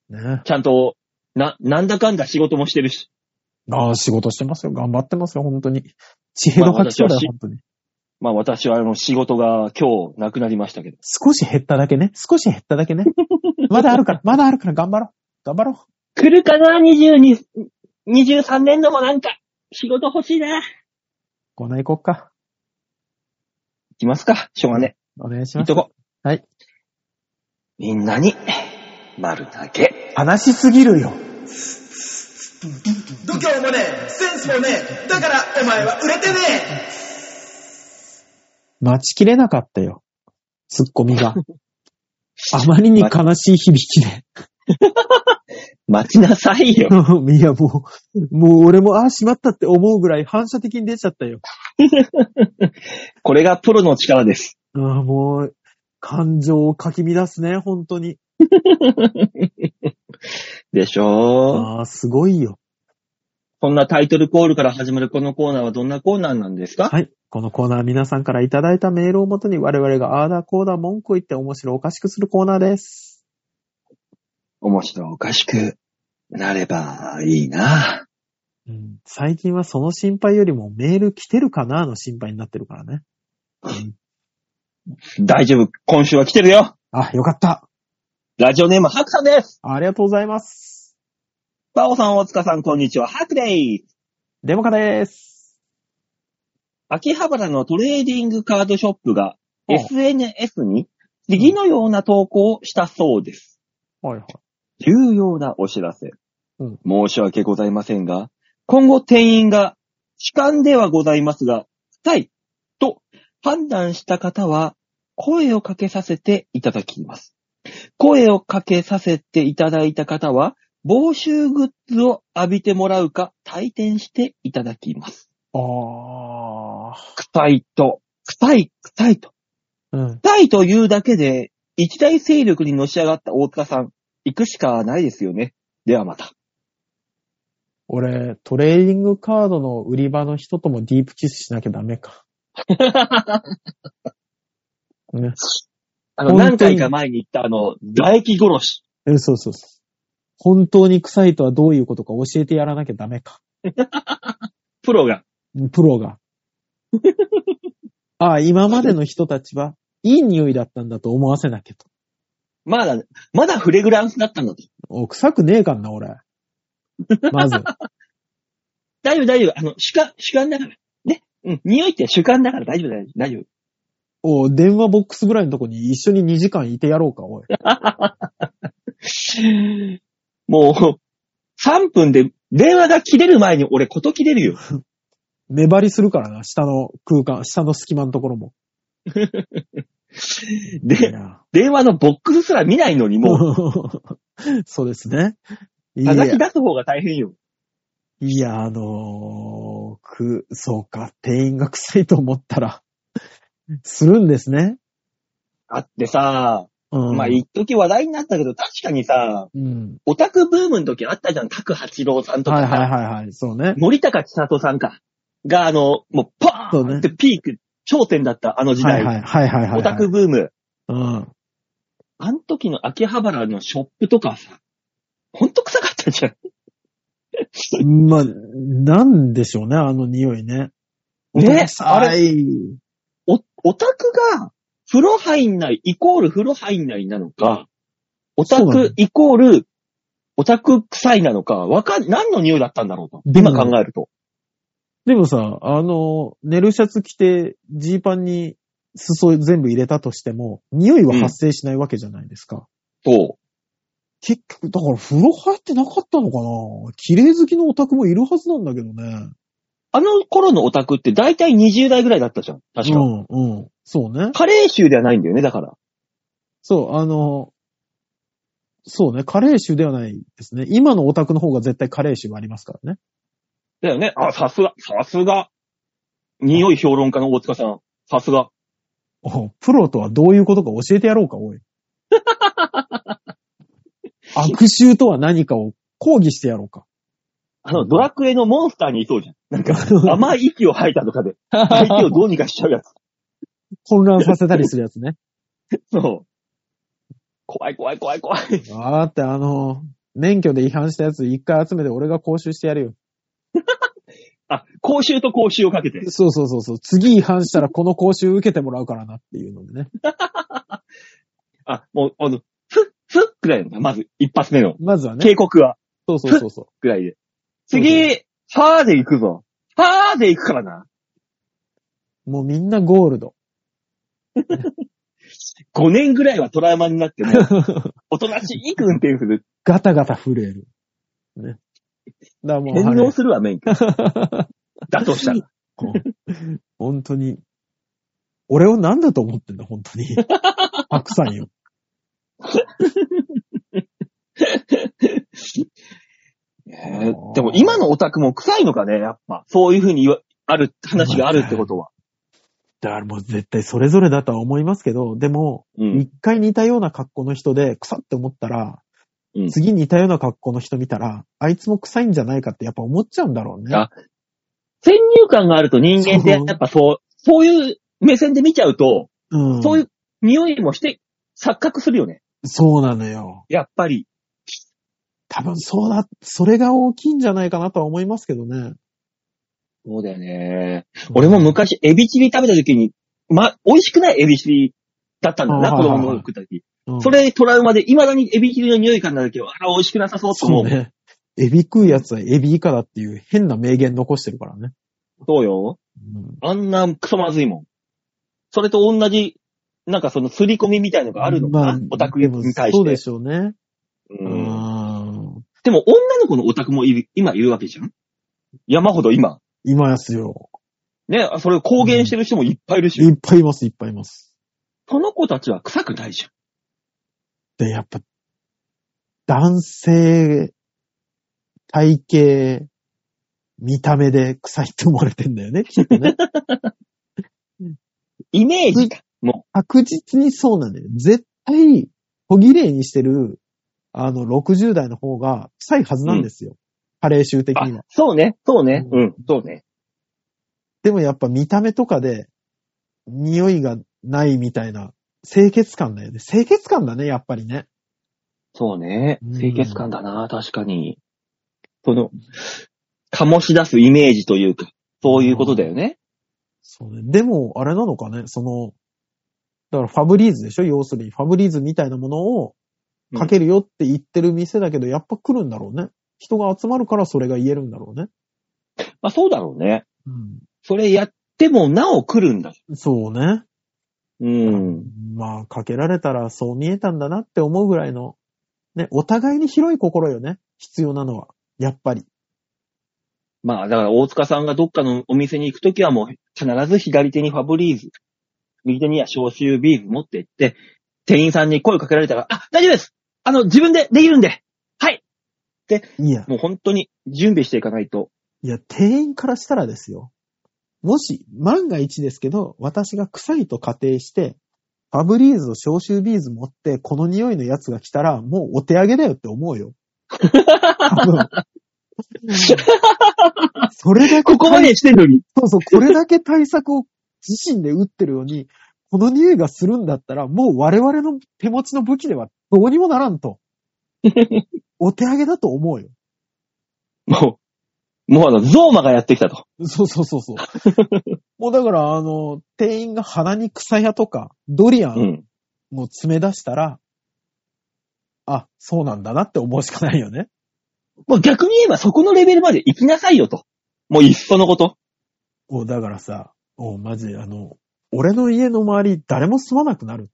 ね。 ちゃんと、な、なんだかんだ仕事もしてるし。 ああ、仕事してますよ。頑張ってますよ、本当に。地平の吐きそうだよ、本当に。 まあ私はあの仕事が今日なくなりましたけど。 少し減っただけね。少し減っただけね。まだあるから、まだあるから頑張ろう。頑張ろう。 来るかな、にじゅうに、にじゅうさんねん度もなんか、仕事欲しいな。 こない行こっか。 行きますか、しょうがね。 お願いします。 行っとこう。はい。 みんなに、丸投げ。 話しすぎるよ。 度胸もねえ、センスもねえ、だからお前は売れてねえ。 待ちきれなかったよ。ツッコミが。あまりに悲しい響きで。 待ちなさいよ。 いや、もう、もう俺も、ああ、しまったって思うぐらい反射的に出ちゃったよ。 これがプロの力です。 ああ、もう、感情をかき乱すね、本当に。 でしょ？ ああ、すごいよ。 そんなタイトルコールから始まるこのコーナーはどんなコーナーなんですか？ はい。このコーナーは皆さんからいただいたメールをもとに我々があーだこーだ文句を言って面白おかしくするコーナーです。 面白おかしくなればいいな、 うん。最近はその心配よりもメール来てるかなの心配になってるからね。 うん、大丈夫。今週は来てるよ。 あ、よかった。 ラジオネームハクさんです。 ありがとうございます。 バオさん、大塚さん、こんにちは。ハクでーす。 デモカでーす。 秋葉原のトレーディングカードショップが エスエヌエス に次のような投稿をしたそうです。 はいはい。 重要なお知らせ。 うん、 申し訳ございませんが、今後店員が主観ではございますが、したいと判断した方は声をかけさせていただきます。声をかけさせていただいた方は、防臭グッズを浴びてもらうか、退店していただきます。 あー。 臭いと、臭い、臭いと。 うん。 臭いというだけで、一大勢力にのし上がった大塚さん、行くしかないですよね。ではまた。 俺、トレーディングカードの売り場の人ともディープキスしなきゃダメか。ね、 あの、何回か前に言ったあの、唾液殺し。 え、そうそうそう。本当に臭いとはどういうことか教えてやらなきゃダメか。 プロが。 プロが。ああ、今までの人たちはいい匂いだったんだと思わせなきゃと。 まだ、まだフレグランスだったんだと。 お、臭くねえかんな、俺。まず。 大丈夫、大丈夫。あの、主観、主観だから。ね。うん。匂いって主観だから大丈夫、大丈夫。大丈夫。 お、電話ボックスぐらいのとこに一緒ににじかんいてやろうか、おい。 もう、さんぷんで電話が切れる前に俺こと切れるよ。 目張りするからな、下の空間、下の隙間のところも。 いで、 や電話のボックスすら見ないのにもう、 そうですね。いはがきや、 出す方が大変よ。 いや、あのー、く、そうか、店員が臭いと思ったら、するんですね。 あってさ、 うん。 まあ、一時話題になったけど、確かにさ、 うん。 オタクブームの時あったじゃん。拓八郎さんとかさ、 はいはいはいはい、そうね。 森高千里さんか。が、あの、もう、パーンってピーク、頂点だった、あの時代。 はいはいはいはいはい。 オタクブーム。 うん。 あの時の秋葉原のショップとかさ、ほんと臭かったじゃん。 まあ、なんでしょうね、あの匂いね。 ね、あれ、 れ、 お、オタクが風呂入んないイコール風呂入んないなのか、オタそうなのクイコールオタク臭いなのか、わかん、何の匂いだったんだろうと。 でも今考えると。 でもさ、あの、寝るシャツ着て、ジーパンに裾全部入れたとしても、匂いは発生しないわけじゃないですか。 そう。 結局、だから風呂入ってなかったのかな？綺麗好きのオタクもいるはずなんだけどね。 あの頃のオタクって大体にじゅう代ぐらいだったじゃん。確か。 うん、うん。そうね。 加齢臭ではないんだよね、だから。 そう、あの、そうね、加齢臭ではないですね。今のオタクの方が絶対加齢臭がありますからね。 だよね。あ、さすが、さすが。匂い評論家の大塚さん。さすが。 おプロとはどういうことか教えてやろうか、おい。悪臭とは何かを講義してやろうか。 あの、ドラクエのモンスターにいそうじゃん。なんか、甘い息を吐いたとかで、相手をどうにかしちゃうやつ。 混乱させたりするやつね。 そう。怖い怖い怖い怖い。 だってあの、免許で違反したやつ一回集めて俺が講習してやるよ。 あ、講習と講習をかけて。 そうそうそうそう。次違反したらこの講習受けてもらうからなっていうのでね。 あ、もう、あの、ふっ、ふっくらいの、まず一発目の。 まずはね。 警告は。 そうそうそうそぐらいで。 そう次、ファーで行くぞ。ファーで行くからな。 う。もうみんなゴールド。 ごねんぐらいはトラウマになっても、おとなしい運転する。 ガタガタ震える。ね。だからもう返あれ納するわ、免許。だとしたら。 本当に。俺を何だと思ってんだ、本当に。白さんよ。 えーでも今のオタクも臭いのかね、やっぱ。そういう風に言わ、ある、話があるってことは。 だからもう絶対それぞれだとは思いますけど、でも、 うん。 一回似たような格好の人で臭って思ったら、 うん次似たような格好の人見たら、あいつも臭いんじゃないかってやっぱ思っちゃうんだろうね。 あ先入観があると人間ってやっぱそう、そういう目線で見ちゃうと、 うん。 そういう匂いもして錯覚するよね。 そうなのよ。 やっぱり。 多分そうだ、それが大きいんじゃないかなとは思いますけどね。 そうだよね。俺も昔エビチリ食べた時に、ま、美味しくないエビチリだったんだよな、子あーはいはいはい供の食った時。 うん、 それトラウマで、未だにエビチリの匂い感なんだけど、あら、美味しくなさそうと思う。 そうね。エビ食うやつはエビ以下だっていう変な名言残してるからね。 そうよ。 うん、 あんなクソまずいもん。それと同じ、なんかその刷り込みみたいのがあるのかな、 まあ、 オタクでもに対して。 そうでしょうね。 う。 うんん。 でも女の子のオタクもいる、今いるわけじゃん。山ほど今。 今やすよ。 ね、それを公言してる人もいっぱいいるし。 いっぱいいます、いっぱいいます。 その子たちは臭くないじゃん。 で、やっぱ、男性、体型、見た目で臭いって思われてんだよね、きっとね。 イメージか。も確実にそうなんだよ。絶対、小綺麗にしてる、あの、ろくじゅう代の方が臭いはずなんですよ。加齢臭的う。 にはあ。、そうね、そうね、 うんうん、そうね。 でもやっぱ見た目とかで、匂いがないみたいな、清潔感だよね。清潔感だね、やっぱりね。 そうね。 うん清潔感だな、確かに。その、醸し出すイメージというか、そういうことだよね。 そうね。でも、あれなのかね、その、だからファブリーズでしょ、要するに。ファブリーズみたいなものをかけるよって言ってる店だけど、やっぱ来るんだろうね。人が集まるからそれが言えるんだろうね。 まあそうだろうね。 うん。 それやってもなお来るんだ。 そうね。 うん。 まあ、かけられたらそう見えたんだなって思うぐらいの、ね、お互いに広い心よね。必要なのは。やっぱり。 まあだから大塚さんがどっかのお店に行くときはもう必ず左手にファブリーズ。 右手には消臭ビーズ持って行って、店員さんに声をかけられたら、あ、大丈夫です。あの、自分でできるんで。はい。で、 いや、 もう本当に準備していかないと。 いや、店員からしたらですよ。もし、万が一ですけど、私が臭いと仮定して、ファブリーズと消臭ビーズ持って、この匂いのやつが来たら、もうお手上げだよって思うよ。多分。それだけ、 ここまでしてんのに。 そうそう、これだけ対策を自身で打ってるのに、この匂いがするんだったら、もう我々の手持ちの武器ではどうにもならんと。お手上げだと思うよ。 もう、もうあの、ゾーマがやってきたと。 そうそうそうそう。もうだから、あの、店員が鼻に草屋とか、ドリアンも詰め出したら、うん、あ、そうなんだなって思うしかないよね。 もう逆に言えばそこのレベルまで行きなさいよと。もういっそのこと。 もうだからさ、もうマジあの、俺の家の周り誰も住まなくなる。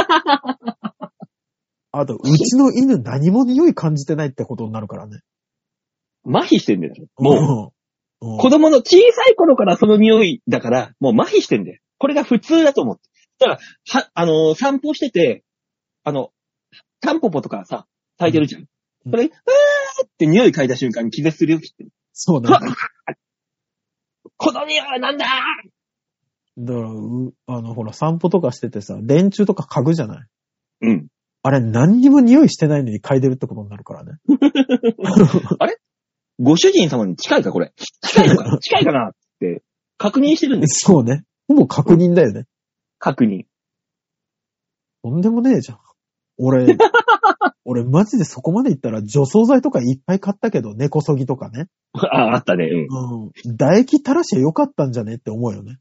あと、うちの犬何も匂い感じてないってことになるからね。 麻痺してんだよ。もう、 うんうん、 子供の小さい頃からその匂いだから、もう麻痺してんだよ。これが普通だと思って。だから、は、あのー、散歩してて、あの、タンポポとかさ、咲いてるじゃん。うん、それ、うーって匂い嗅いだ瞬間に気絶するよ、きっと。 そうね。 この匂いはなんだだから、う、あの、ほら、散歩とかしててさ、電柱とか嗅ぐじゃない。 うん。 あれ、何にも匂いしてないのに嗅いでるってことになるからね。 あれご主人様に近いか、これ。近いのか近いかなって確認してるんです。 そうね。ほぼ確認だよね。 確認。 とんでもねえじゃん。俺、俺マジでそこまで行ったら除草剤とかいっぱい買ったけど、根こそぎとかね。 ああ、あったね。うん。 うん。唾液垂らしゃよかったんじゃねって思うよね。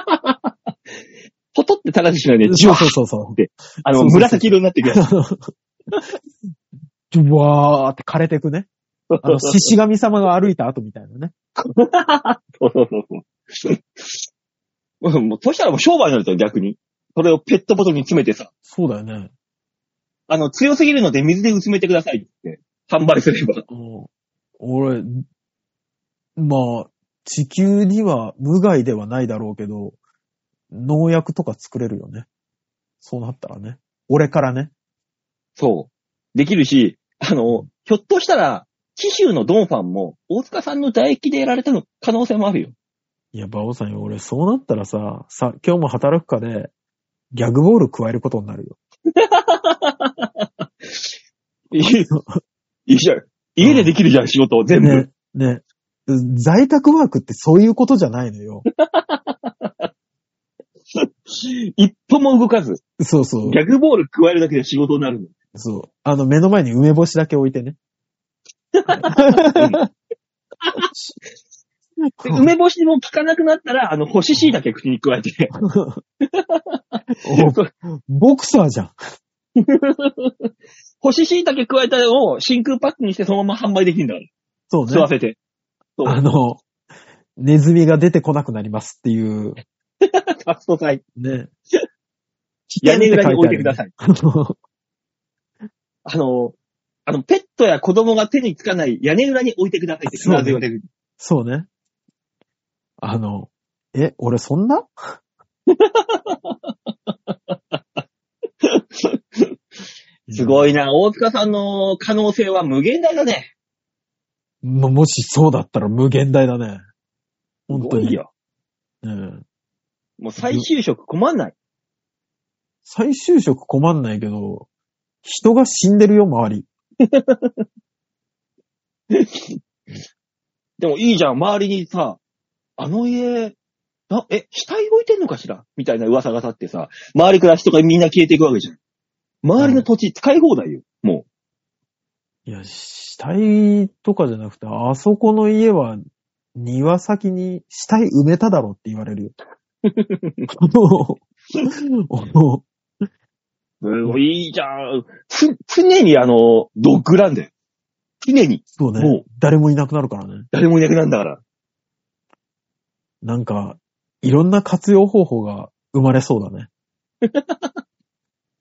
ポトって垂らしてしまうね。 そうそうそうそう。 で、あの、そうそうそう紫色になってくる。 ジュワーって枯れてくね。あの、獅子神様が歩いた後みたいなね。 そうそうそうそう。もう、そしたらもう商売になると逆に。それをペットボトルに詰めてさ。 そうだよね。 あの、強すぎるので水で薄めてくださいって販売すれば。 うん、俺、まあ、地球には無害ではないだろうけど、農薬とか作れるよね。そうなったらね。俺からね。 そう。できるし、あの、ひょっとしたら、紀州のドンファンも、大塚さんの唾液でやられたの可能性もあるよ。 いや、バオさんよ、俺、そうなったらさ、さ、今日も働くかで、ギャグボール加えることになるよ。 いい、いいじゃん。家でできるじゃん、仕事を全部。 ね、ね。在宅ワークってそういうことじゃないのよ。 一歩も動かず。 そうそう。 ギャグボール加えるだけで仕事になるの。 そう。あの、目の前に梅干しだけ置いてね。 で梅干しも効かなくなったら、あの、干し椎茸口に加えて。 ボクサーじゃん。 干し椎茸加えたのを真空パックにしてそのまま販売できるんだから。 そうね。 吸わせて。 あの、ネズミが出てこなくなりますっていう。 ファストサイ。 ね。 屋根裏に置いてください。あの、あの、ペットや子供が手につかない屋根裏に置いてくださいって必ず言われる。 そうね。あの、え、俺そんなすごいな。大塚さんの可能性は無限大だね。 も、もしそうだったら無限大だね。本当に。 すごいよ。 うん。 もう再就職困んない。 再就職困んないけど、人が死んでるよ、周り。 でもいいじゃん、周りにさ、あの家、な、え、死体置いてんのかしらみたいな噂が立ってさ、周りから人がみんな消えていくわけじゃん。周りの土地使い放題よ、もう。いや、死体とかじゃなくて、あそこの家は庭先に死体埋めただろって言われるよ。 うん、いいじゃん。つ、常にあの、ドッグランで。常に。 そうね。もう、誰もいなくなるからね。 誰もいなくなるんだから。 なんか、いろんな活用方法が生まれそうだね。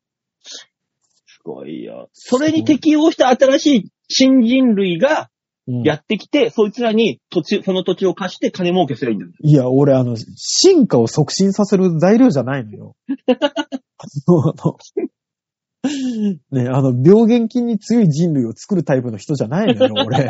すごいよ。それに適応した新しい新人類が、 うんやってきて、そいつらに土地、その土地を貸して金儲けすればいいんだよ。 いや、俺、あの、進化を促進させる材料じゃないのよ。あの、ね、あの、病原菌に強い人類を作るタイプの人じゃないのよ、俺。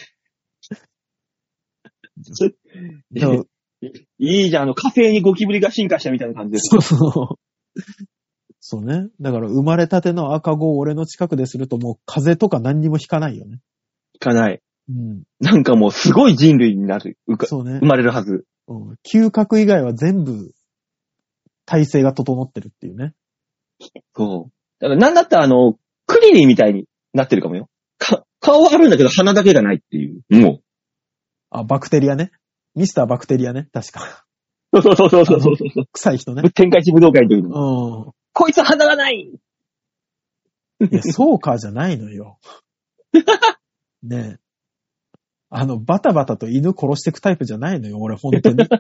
だからいいじゃん、あの、火星にゴキブリが進化したみたいな感じです。 そうそう。そうね。だから、生まれたての赤子を俺の近くですると、もう風邪とか何にもひかないよね。 いかない。 うん。 なんかもうすごい人類になる。うかそうね生。まれるはず。 うん。嗅覚以外は全部、体制が整ってるっていうね。 そう。だからなんだったらあの、クリリンみたいになってるかもよ。か、顔はあるんだけど鼻だけがないっていう。もあ、バクテリアね。ミスターバクテリアね。確か。 う。そうそうそうそうそうそう。 臭い人ね。 天下一武道会の時の。 うこいつ鼻がないん。いや、そうかじゃないのよ。ねえ。あの、バタバタと犬殺していくタイプじゃないのよ、俺、本当に。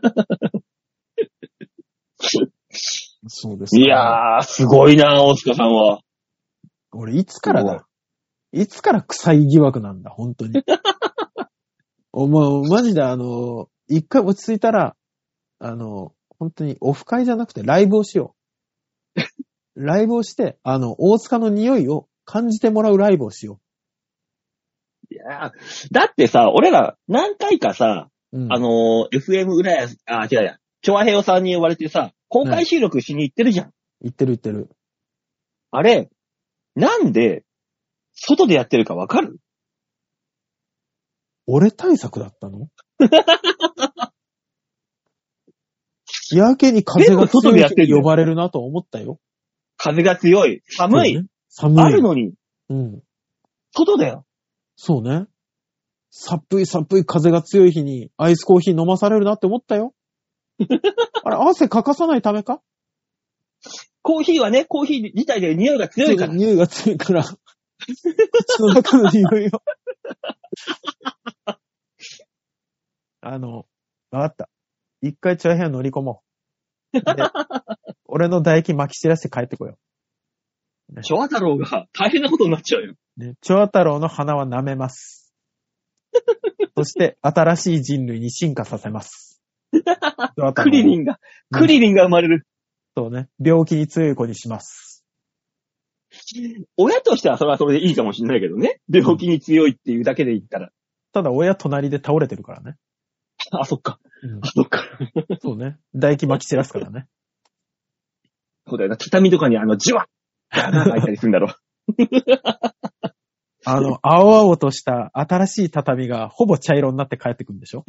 そうですか。 いやー、すごいなー、大塚さんは。 俺、いつからだいつから臭い疑惑なんだ、本当に。お前、マジであの、一回落ち着いたら、あの、本当にオフ会じゃなくてライブをしよう。ライブをして、あの、大塚の匂いを感じてもらうライブをしよいやーだってさ、俺ら何回かさ、 う。うん、 あのー、エフエム 浦安、あ、違うや、チョアヘヨさんに呼ばれてさ、公開収録しに行ってるじゃん。 言ってる言ってる。 あれ、なんで、外でやってるかわかる？ 俺対策だったのやけに風が強い日に呼ばれるなと思ったよ。 風が強い、寒い、 そうね、寒い。 あるのに、 うん。 外だよ。 そうね。寒い寒い風が強い日にアイスコーヒー飲まされるなって思ったよ。あれ、汗かかさないためか？ コーヒーはね、コーヒー自体で匂いが強いから。 匂いが強いから、口の中の匂いを。あの、わかった。一回チョアヘヨ乗り込もう。で俺の唾液撒き散らして帰ってこよチョア太郎が大変なことになっちゃうよ。 う。ね、チョア太郎の鼻は舐めます。そして、新しい人類に進化させます。 クリリンが、クリリンが生まれる。 そうね。病気に強い子にします。 親としてはそれはそれでいいかもしれないけどね。病気に強いっていうだけで言ったら。 ただ、親隣で倒れてるからね。 あ、そっか。 うんあ、そっか。 そうね。唾液撒き散らすからね。 そうだよな。畳とかにあの、じわっ穴が開いたりするんだろう。 あの、青々とした新しい畳がほぼ茶色になって帰ってくるんでしょ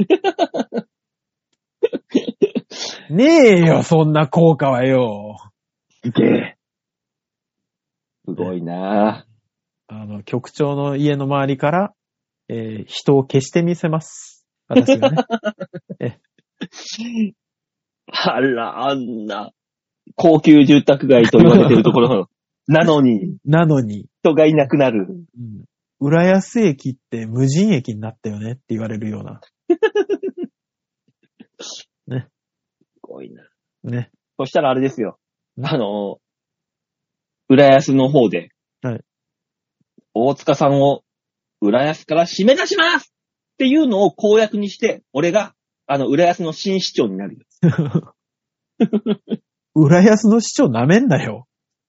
ねえよ、そんな効果はよ。 すげえ。すごいなぁ。 あの、局長の家の周りから、えー人を消してみせます。私がね。えあら、あんな、高級住宅街と言われてるところなのに、 なのに、 人がいなくなる。 うん、浦安駅って無人駅になったよねって言われるような。ね。 すごいな。 ね。 そしたらあれですよ。 んあの、浦安の方で、 はい。 大塚さんを浦安から締め出しますっていうのを公約にして、俺が、あの、浦安の新市長になるよ。 浦安の市長舐めんなよ。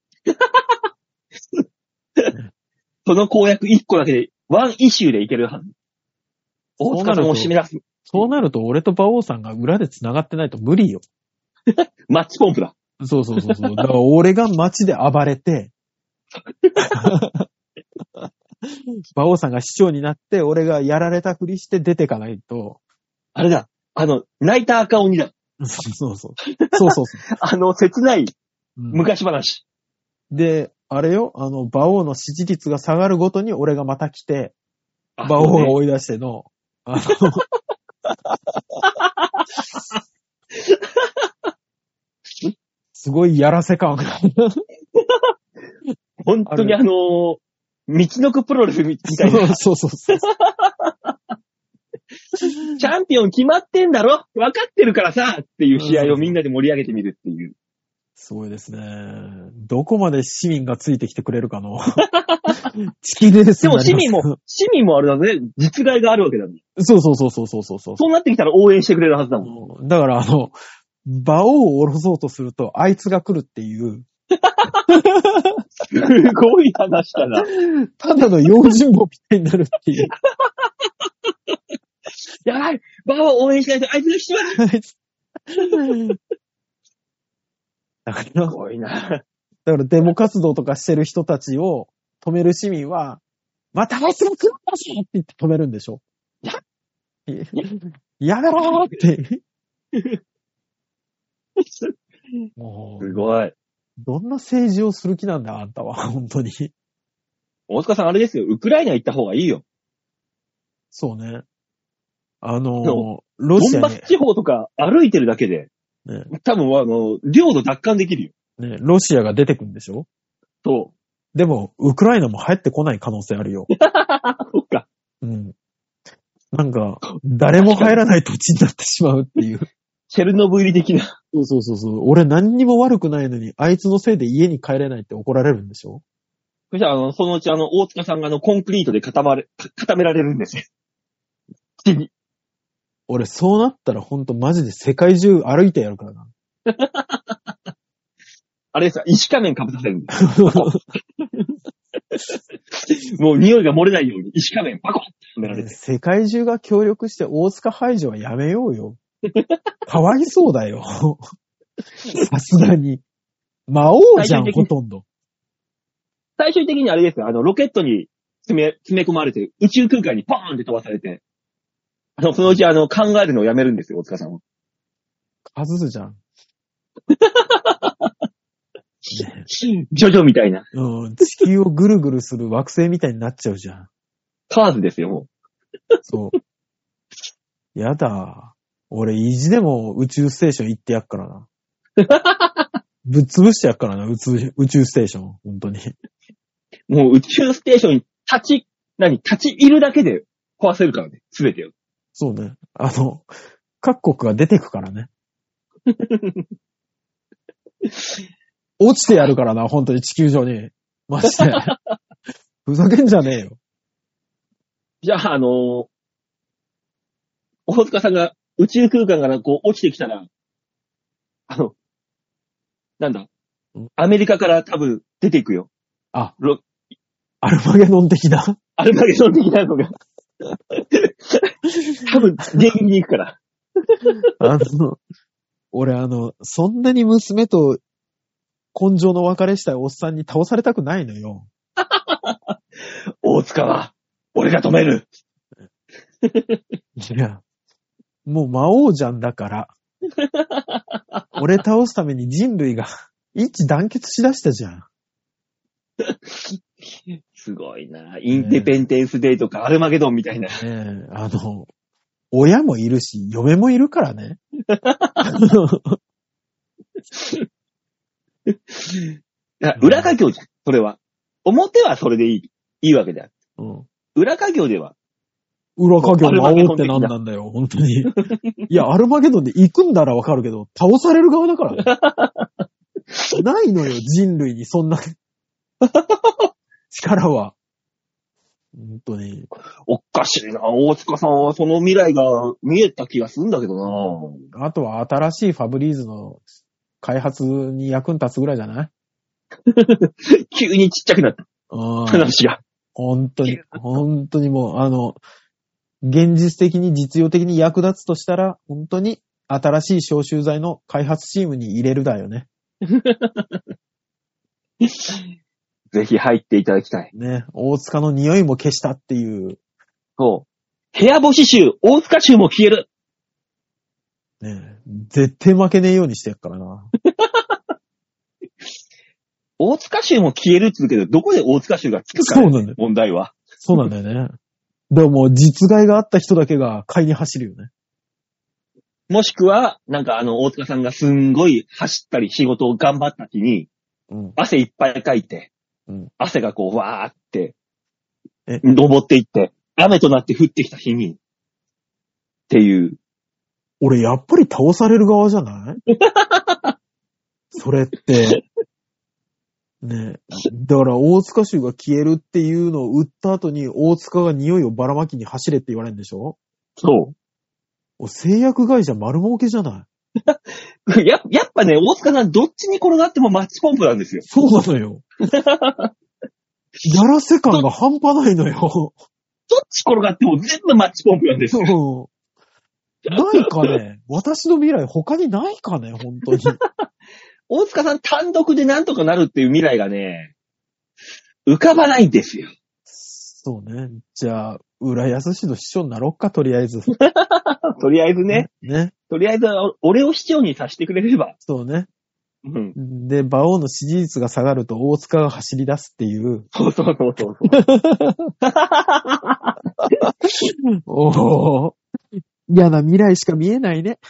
その公約一個だけで、ワンイシューでいけるはず。大塚さんを締め出す。 そうなると、俺と馬王さんが裏で繋がってないと無理よ。 マッチポンプだ。 そうそうそうそう。だから俺が街で暴れて、馬王さんが市長になって、俺がやられたふりして出てかないと。 あれだ。あの、泣いた赤鬼だ。 そうそうそう。そうそうそう。 あの、切ないうん昔話。 で、あれよ、あの、馬王の支持率が下がるごとに俺がまた来て、 あ馬王が追い出しての、あの、すごいやらせ感が。 本当にあのー、道のくプロレスみたいな。 そうそうそう。 チャンピオン決まってんだろ分かってるからさっていう試合をみんなで盛り上げてみるっていう。 すごいですね。どこまで市民がついてきてくれるかの。チキレースでもになります市民も、市民もあれだね、実害があるわけだね。 そうそうそうそうそうそうそう。 そうなってきたら応援してくれるはずだもん。 だからあの、馬王を下ろそうとすると、あいつが来るっていう、 すごい話だな。 ただの用心棒みたいになるっていう。 やばい馬王を応援しないとあいつが来ちまうだから、 すごいな。 だからデモ活動とかしてる人たちを止める市民は、またあいつが来るんだしって言って止めるんでしょ。 ややめろーって。もう、 すごい。 どんな政治をする気なんだ、あんたは。本当に。 大塚さんあれですよ。ウクライナ行った方がいいよ。 そうね。あのそー、ロシアにドンバス、地方とか歩いてるだけで、 ね、 多分あの、領土奪還できるよ。 ね、ロシアが出てくんでしょ。 そでも、ウクライナも入ってこない可能性あるよ。 う。そっか。 うん。なんか、誰も入らない土地になってしまうっていう。 チェルノブイリ的な。 そうそうそうそう。俺何にも悪くないのに、あいつのせいで家に帰れないって怒られるんでしょ。 そしたら、あの、そのうちあの、大塚さんがあの、コンクリートで固まれ、か固められるんですよ。口に。 俺そうなったらほんとマジで世界中歩いてやるからな。 あれですか、石仮面被させるんですよ。もう匂いが漏れないように石仮面パコッとはめられて。 世界中が協力して大塚排除はやめようよ。かわいそうだよ。さすがに。魔王じゃん、 最終的にほとんど。 最終的にあれですよ、あの、ロケットに詰め、詰め込まれて、宇宙空間にポーンって飛ばされて、あの、そのうちあの、考えるのをやめるんですよ、大塚さんは。 カズスじゃん。ね、 ジョジョみたいな。 うん。地球をぐるぐるする惑星みたいになっちゃうじゃん。 カーズですよ、もそう。やだ。俺、意地でも宇宙ステーション行ってやっからな。ぶっ潰してやっからな、宇宙、宇宙ステーション。本当に。 う。もう宇宙ステーションに立ち、何立ち入るだけで壊せるからね、すべてを。 そうね。あの、各国が出てくからね。落ちてやるからな、本当に地球上に。マジで。ふざけんじゃねえよ。 じゃあ、あのー、大塚さんが宇宙空間からこう落ちてきたら、あの、なんだ、アメリカから多分出ていくよ。 あ、 ロアルマゲドン的な。 アルマゲドン的なのが。多分、迎撃に行くから。 あの、俺あの、そんなに娘と根性の別れしたいおっさんに倒されたくないのよ。 大塚は、俺が止める。 いや、もう魔王じゃんだから。俺倒すために人類が一致団結しだしたじゃん。 すごいな。インデペンデンスデイとかアルマゲドンみたいな。 ねえ、あの、親もいるし、嫁もいるからね。 裏稼業じゃん、それは。表はそれでいい、いいわけだよ。 うん、 裏稼業では。 裏稼業魔王って何なんだよ、本当に。いや、アルマゲドンで行くんならわかるけど、倒される側だからね。ないのよ、人類にそんな力は。本当に。 おかしいな。大塚さんはその未来が見えた気がするんだけどな。 あとは新しいファブリーズの開発に役に立つぐらいじゃない？ 急にちっちゃくなった。話が。 本当に、本当にもう、あの、現実的に実用的に役立つとしたら、本当に新しい消臭剤の開発チームに入れるだよね。 ぜひ入っていただきたい。 ね、大塚の匂いも消したっていう。 そう。部屋干し臭、大塚臭も消える。 ね、絶対負けねえようにしてやっからな。 大塚臭も消えるって言うけど、どこで大塚臭がつくか、ね、 そうなんだよ。 問題は。 そうなんだよね。でももう実害があった人だけが買いに走るよね。 もしくは、なんかあの、大塚さんがすんごい走ったり仕事を頑張った日に、 うん、 汗いっぱいかいて、 うん、 汗がこう、わーって、 え登っていって、雨となって降ってきた日に、っていう。 俺やっぱり倒される側じゃない？ それって、ね、だから大塚臭が消えるっていうのを売った後に大塚が匂いをばらまきに走れって言われるんでしょ？ そう。 製薬会社丸儲けじゃないや、やっぱね、大塚さんどっちに転がってもマッチポンプなんですよ。 そうなのよ。やらせ感が半端ないのよ。 どっち転がっても全部マッチポンプなんですよ。 ないかね。私の未来他にないかね、本当に。 大塚さん単独でなんとかなるっていう未来がね、浮かばないんですよ。 そうね。じゃあ、浦安市の市長になろっか、とりあえず。 とりあえずね。 ね。 とりあえず、俺を市長にさせてくれれば。 そうね。 うん。 で、馬王の支持率が下がると大塚が走り出すっていう。 そうそうそうそう。 おー。嫌な未来しか見えないね。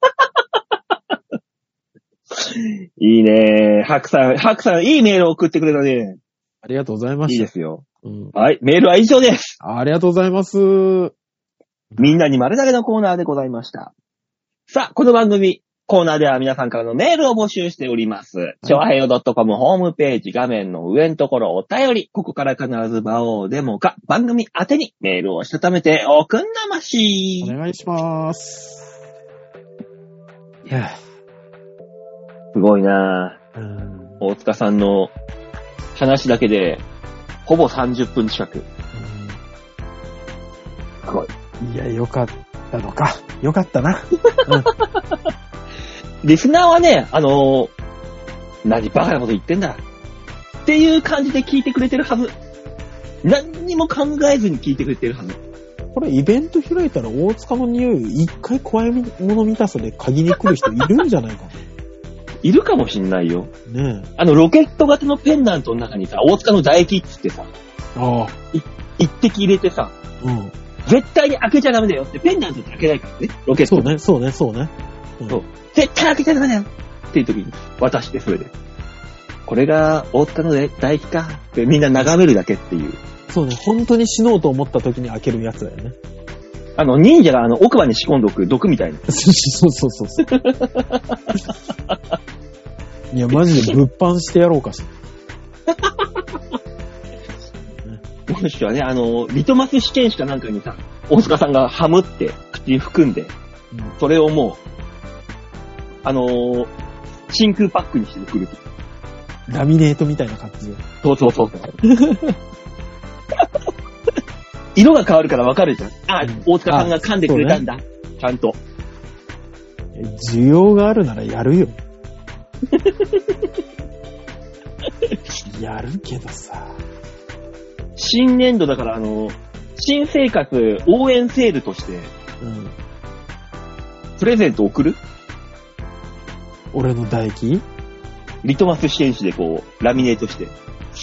いいね。ハクさん、ハクさん、いいメールを送ってくれたね。 ありがとうございました。 いいですよ。 うん、 はい、メールは以上です。 ありがとうございます。 みんなに丸投げのコーナーでございました。さあ、この番組、コーナーでは皆さんからのメールを募集しております。ちょわへよ .com ホームページ画面の上のところお便り、ここから必ず場をデモか番組宛てにメールをしたためておくんなまし。 お願いします。いや、 すごいなぁ、うん。大塚さんの話だけで、ほぼさんじゅっぷん近く。うん、すごい。 いや、よかったのか。よかったな。うんリスナーはね、あのー、何バカなこと言ってんだっていう感じで聞いてくれてるはず。何にも考えずに聞いてくれてるはず。 これイベント開いたら大塚の匂いを一回怖いもの見たさで嗅ぎに来る人いるんじゃないかな。 いるかもしんないよ。 ねえ。 あのロケット型のペンダントの中にさ、大塚の唾液っつってさ、 ああ。 い一滴入れてさ、 うん。 絶対に開けちゃダメだよって、ペンダントって開けないからね、ロケット。 そうね、そうね、そうね。 うん、そう。絶対開けちゃダメだよっていう時に渡して、それで。これが大塚の唾液かってみんな眺めるだけっていう。 そうね、本当に死のうと思った時に開けるやつだよね。 あの、忍者があの、奥歯に仕込んどく毒みたいな。 そうそうそうそう。いや、マジで物販してやろうかしら。 もしくはね、あの、リトマス試験紙かなんかにさ、大塚さんがハムって口に含んで、うん、それをもう、あのー、真空パックにしてくる。 ラミネートみたいな感じで。 そうそうそう。色が変わるからわかるじゃん。あ、うん、大塚さんが噛んでくれたんだ。ね、ちゃんと。 需要があるならやるよ。やるけどさ。 新年度だからあの、新生活応援セールとして、うん、プレゼント送る？ 俺の唾液？ リトマス試験紙でこう、ラミネートして。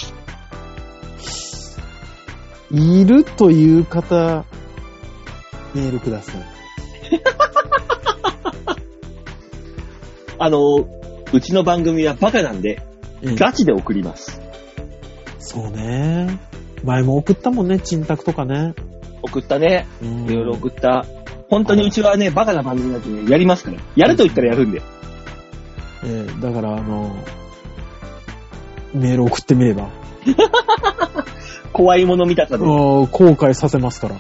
いるという方、メールください。 あの、うちの番組はバカなんで、ガチで送ります。 そうね。前も送ったもんね、チンタクとかね。 送ったね。いろいろ送った。本当にうちはね、バカな番組なんてね、やりますから。やると言ったらやるんで。 えー、だからあの、メール送ってみれば。 怖いもの見たさで。 後悔させますから。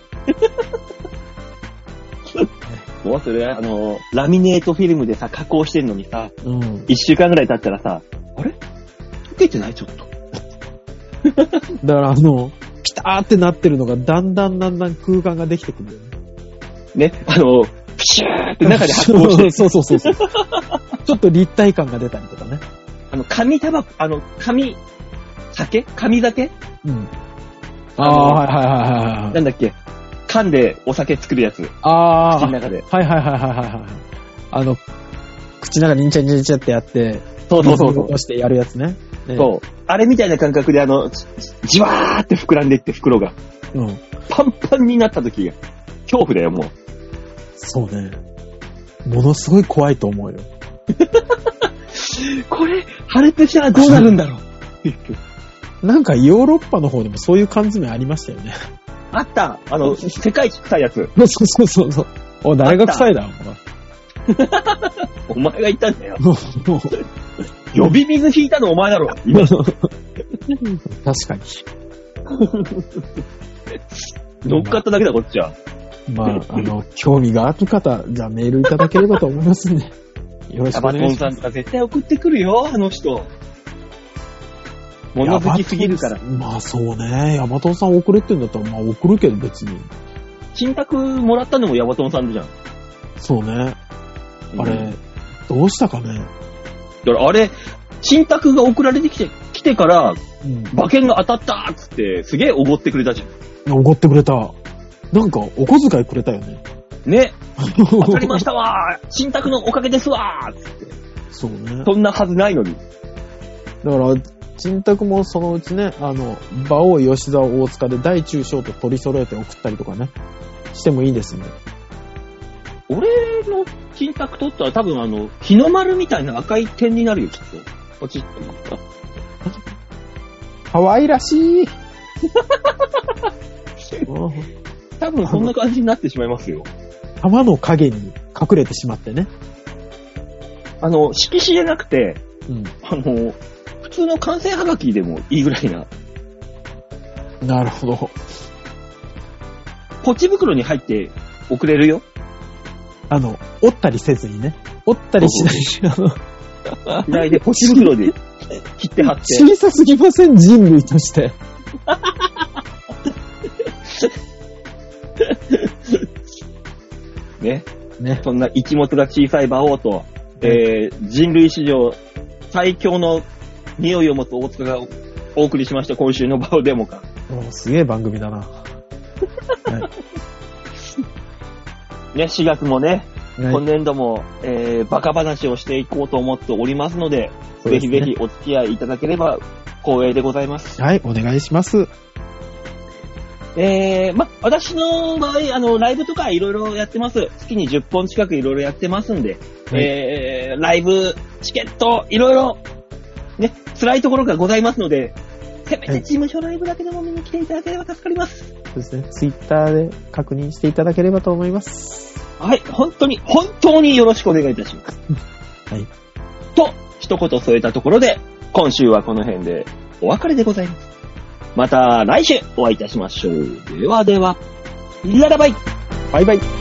どうする？あの、ラミネートフィルムでさ、加工してんのにさ、 うん、 一週間ぐらい経ったらさ、あれ？溶けてない？ちょっと。 だからあの、ピターってなってるのがだんだんだんだん空間ができてくるよね。 ね、あの、プシューって中で発光して。 そうそうそうそう。ちょっと立体感が出たりとかね。 あの、紙タバコ、あの、紙、酒紙酒うん。ああ、はいはいはいはい。 なんだっけ缶でお酒作るやつ。 ああ。 口の中で。 はいはいはいはいはい。あの、口の中にニンチャニンチャってやって、 そうそうそう。 落としてやるやつね。 ねそう。あれみたいな感覚であの、じわーって膨らんでいって袋が。 うん。 パンパンになった時が、恐怖だよ、もう。 そうね。ものすごい怖いと思うよ。 これ、破裂したらどうなるんだろう。なんかヨーロッパの方でもそういう缶詰ありましたよね。 あった。あの、世界一臭いやつ。 そうそうそうそう。お、誰が臭いだろうお前が言ったんだよ。呼び水引いたのお前だろ。今確かに。 乗っかっただけだ、こっちは。 まあ、あの、興味がある方、じゃあメールいただければと思いますんで。よろしくお願いします。 ヤバトンさんとか絶対送ってくるよ、あの人。物好きすぎるから。 まあそうね。ヤバトンさん送れってんだったら、まあ送るけど別に。 新宅もらったのもヤバトンさんじゃん。 そうね。あれ、 うん、 どうしたかね。 だからあれ、新宅が送られてきて、来てから、 うん、 馬券が当たったーっつって、すげえおごってくれたじゃん。 おごってくれた。なんか、お小遣いくれたよね。 ね。当たりましたわー新宅のおかげですわーっつって。 そうね。 そんなはずないのに。 だから、新宅もそのうちね、あの、馬王吉沢大塚で大中小と取り揃えて送ったりとかね、してもいいですね。 俺の新宅取ったら多分あの、日の丸みたいな赤い点になるよ、きっと。ポチッと。 可愛らしい。 多分そんな感じになってしまいますよ。 玉の影に隠れてしまってね。 あの、色紙じゃなくて、 うん、 あの、普通の完成はがきでもいいぐらいな。 なるほど。 ポチ袋に入って送れるよ。 あの、折ったりせずにね。折ったりしないし、あの、 しないでポチ袋で切って貼って。 小さすぎません、人類として。 ね。 ね。 そんな一物が小さい馬王と、えー、人類史上最強の匂いを持つ大塚がお送りしました今週の馬王デモか。 もうすげえ番組だな。 ね、しがつもね、 はい、 今年度も、えー、バカ話をしていこうと思っておりますので、でね、ぜひぜひお付き合いいただければ光栄でございます。 はい、お願いします。 えー、ま、私の場合、あの、ライブとかいろいろやってます。月にじゅっぽん近くいろいろやってますんで、はい、えー、ライブ、チケット、いろいろ、ね、辛いところがございますので、せめて事務所ライブだけでも見に来ていただければ助かります。 そうですね、ツイッターで確認していただければと思います。 はい、本当に、本当によろしくお願いいたします。 はい。 と、一言添えたところで、今週はこの辺でお別れでございます。また来週お会いいたしましょう。ではでは、ララバイ。 バイバイ。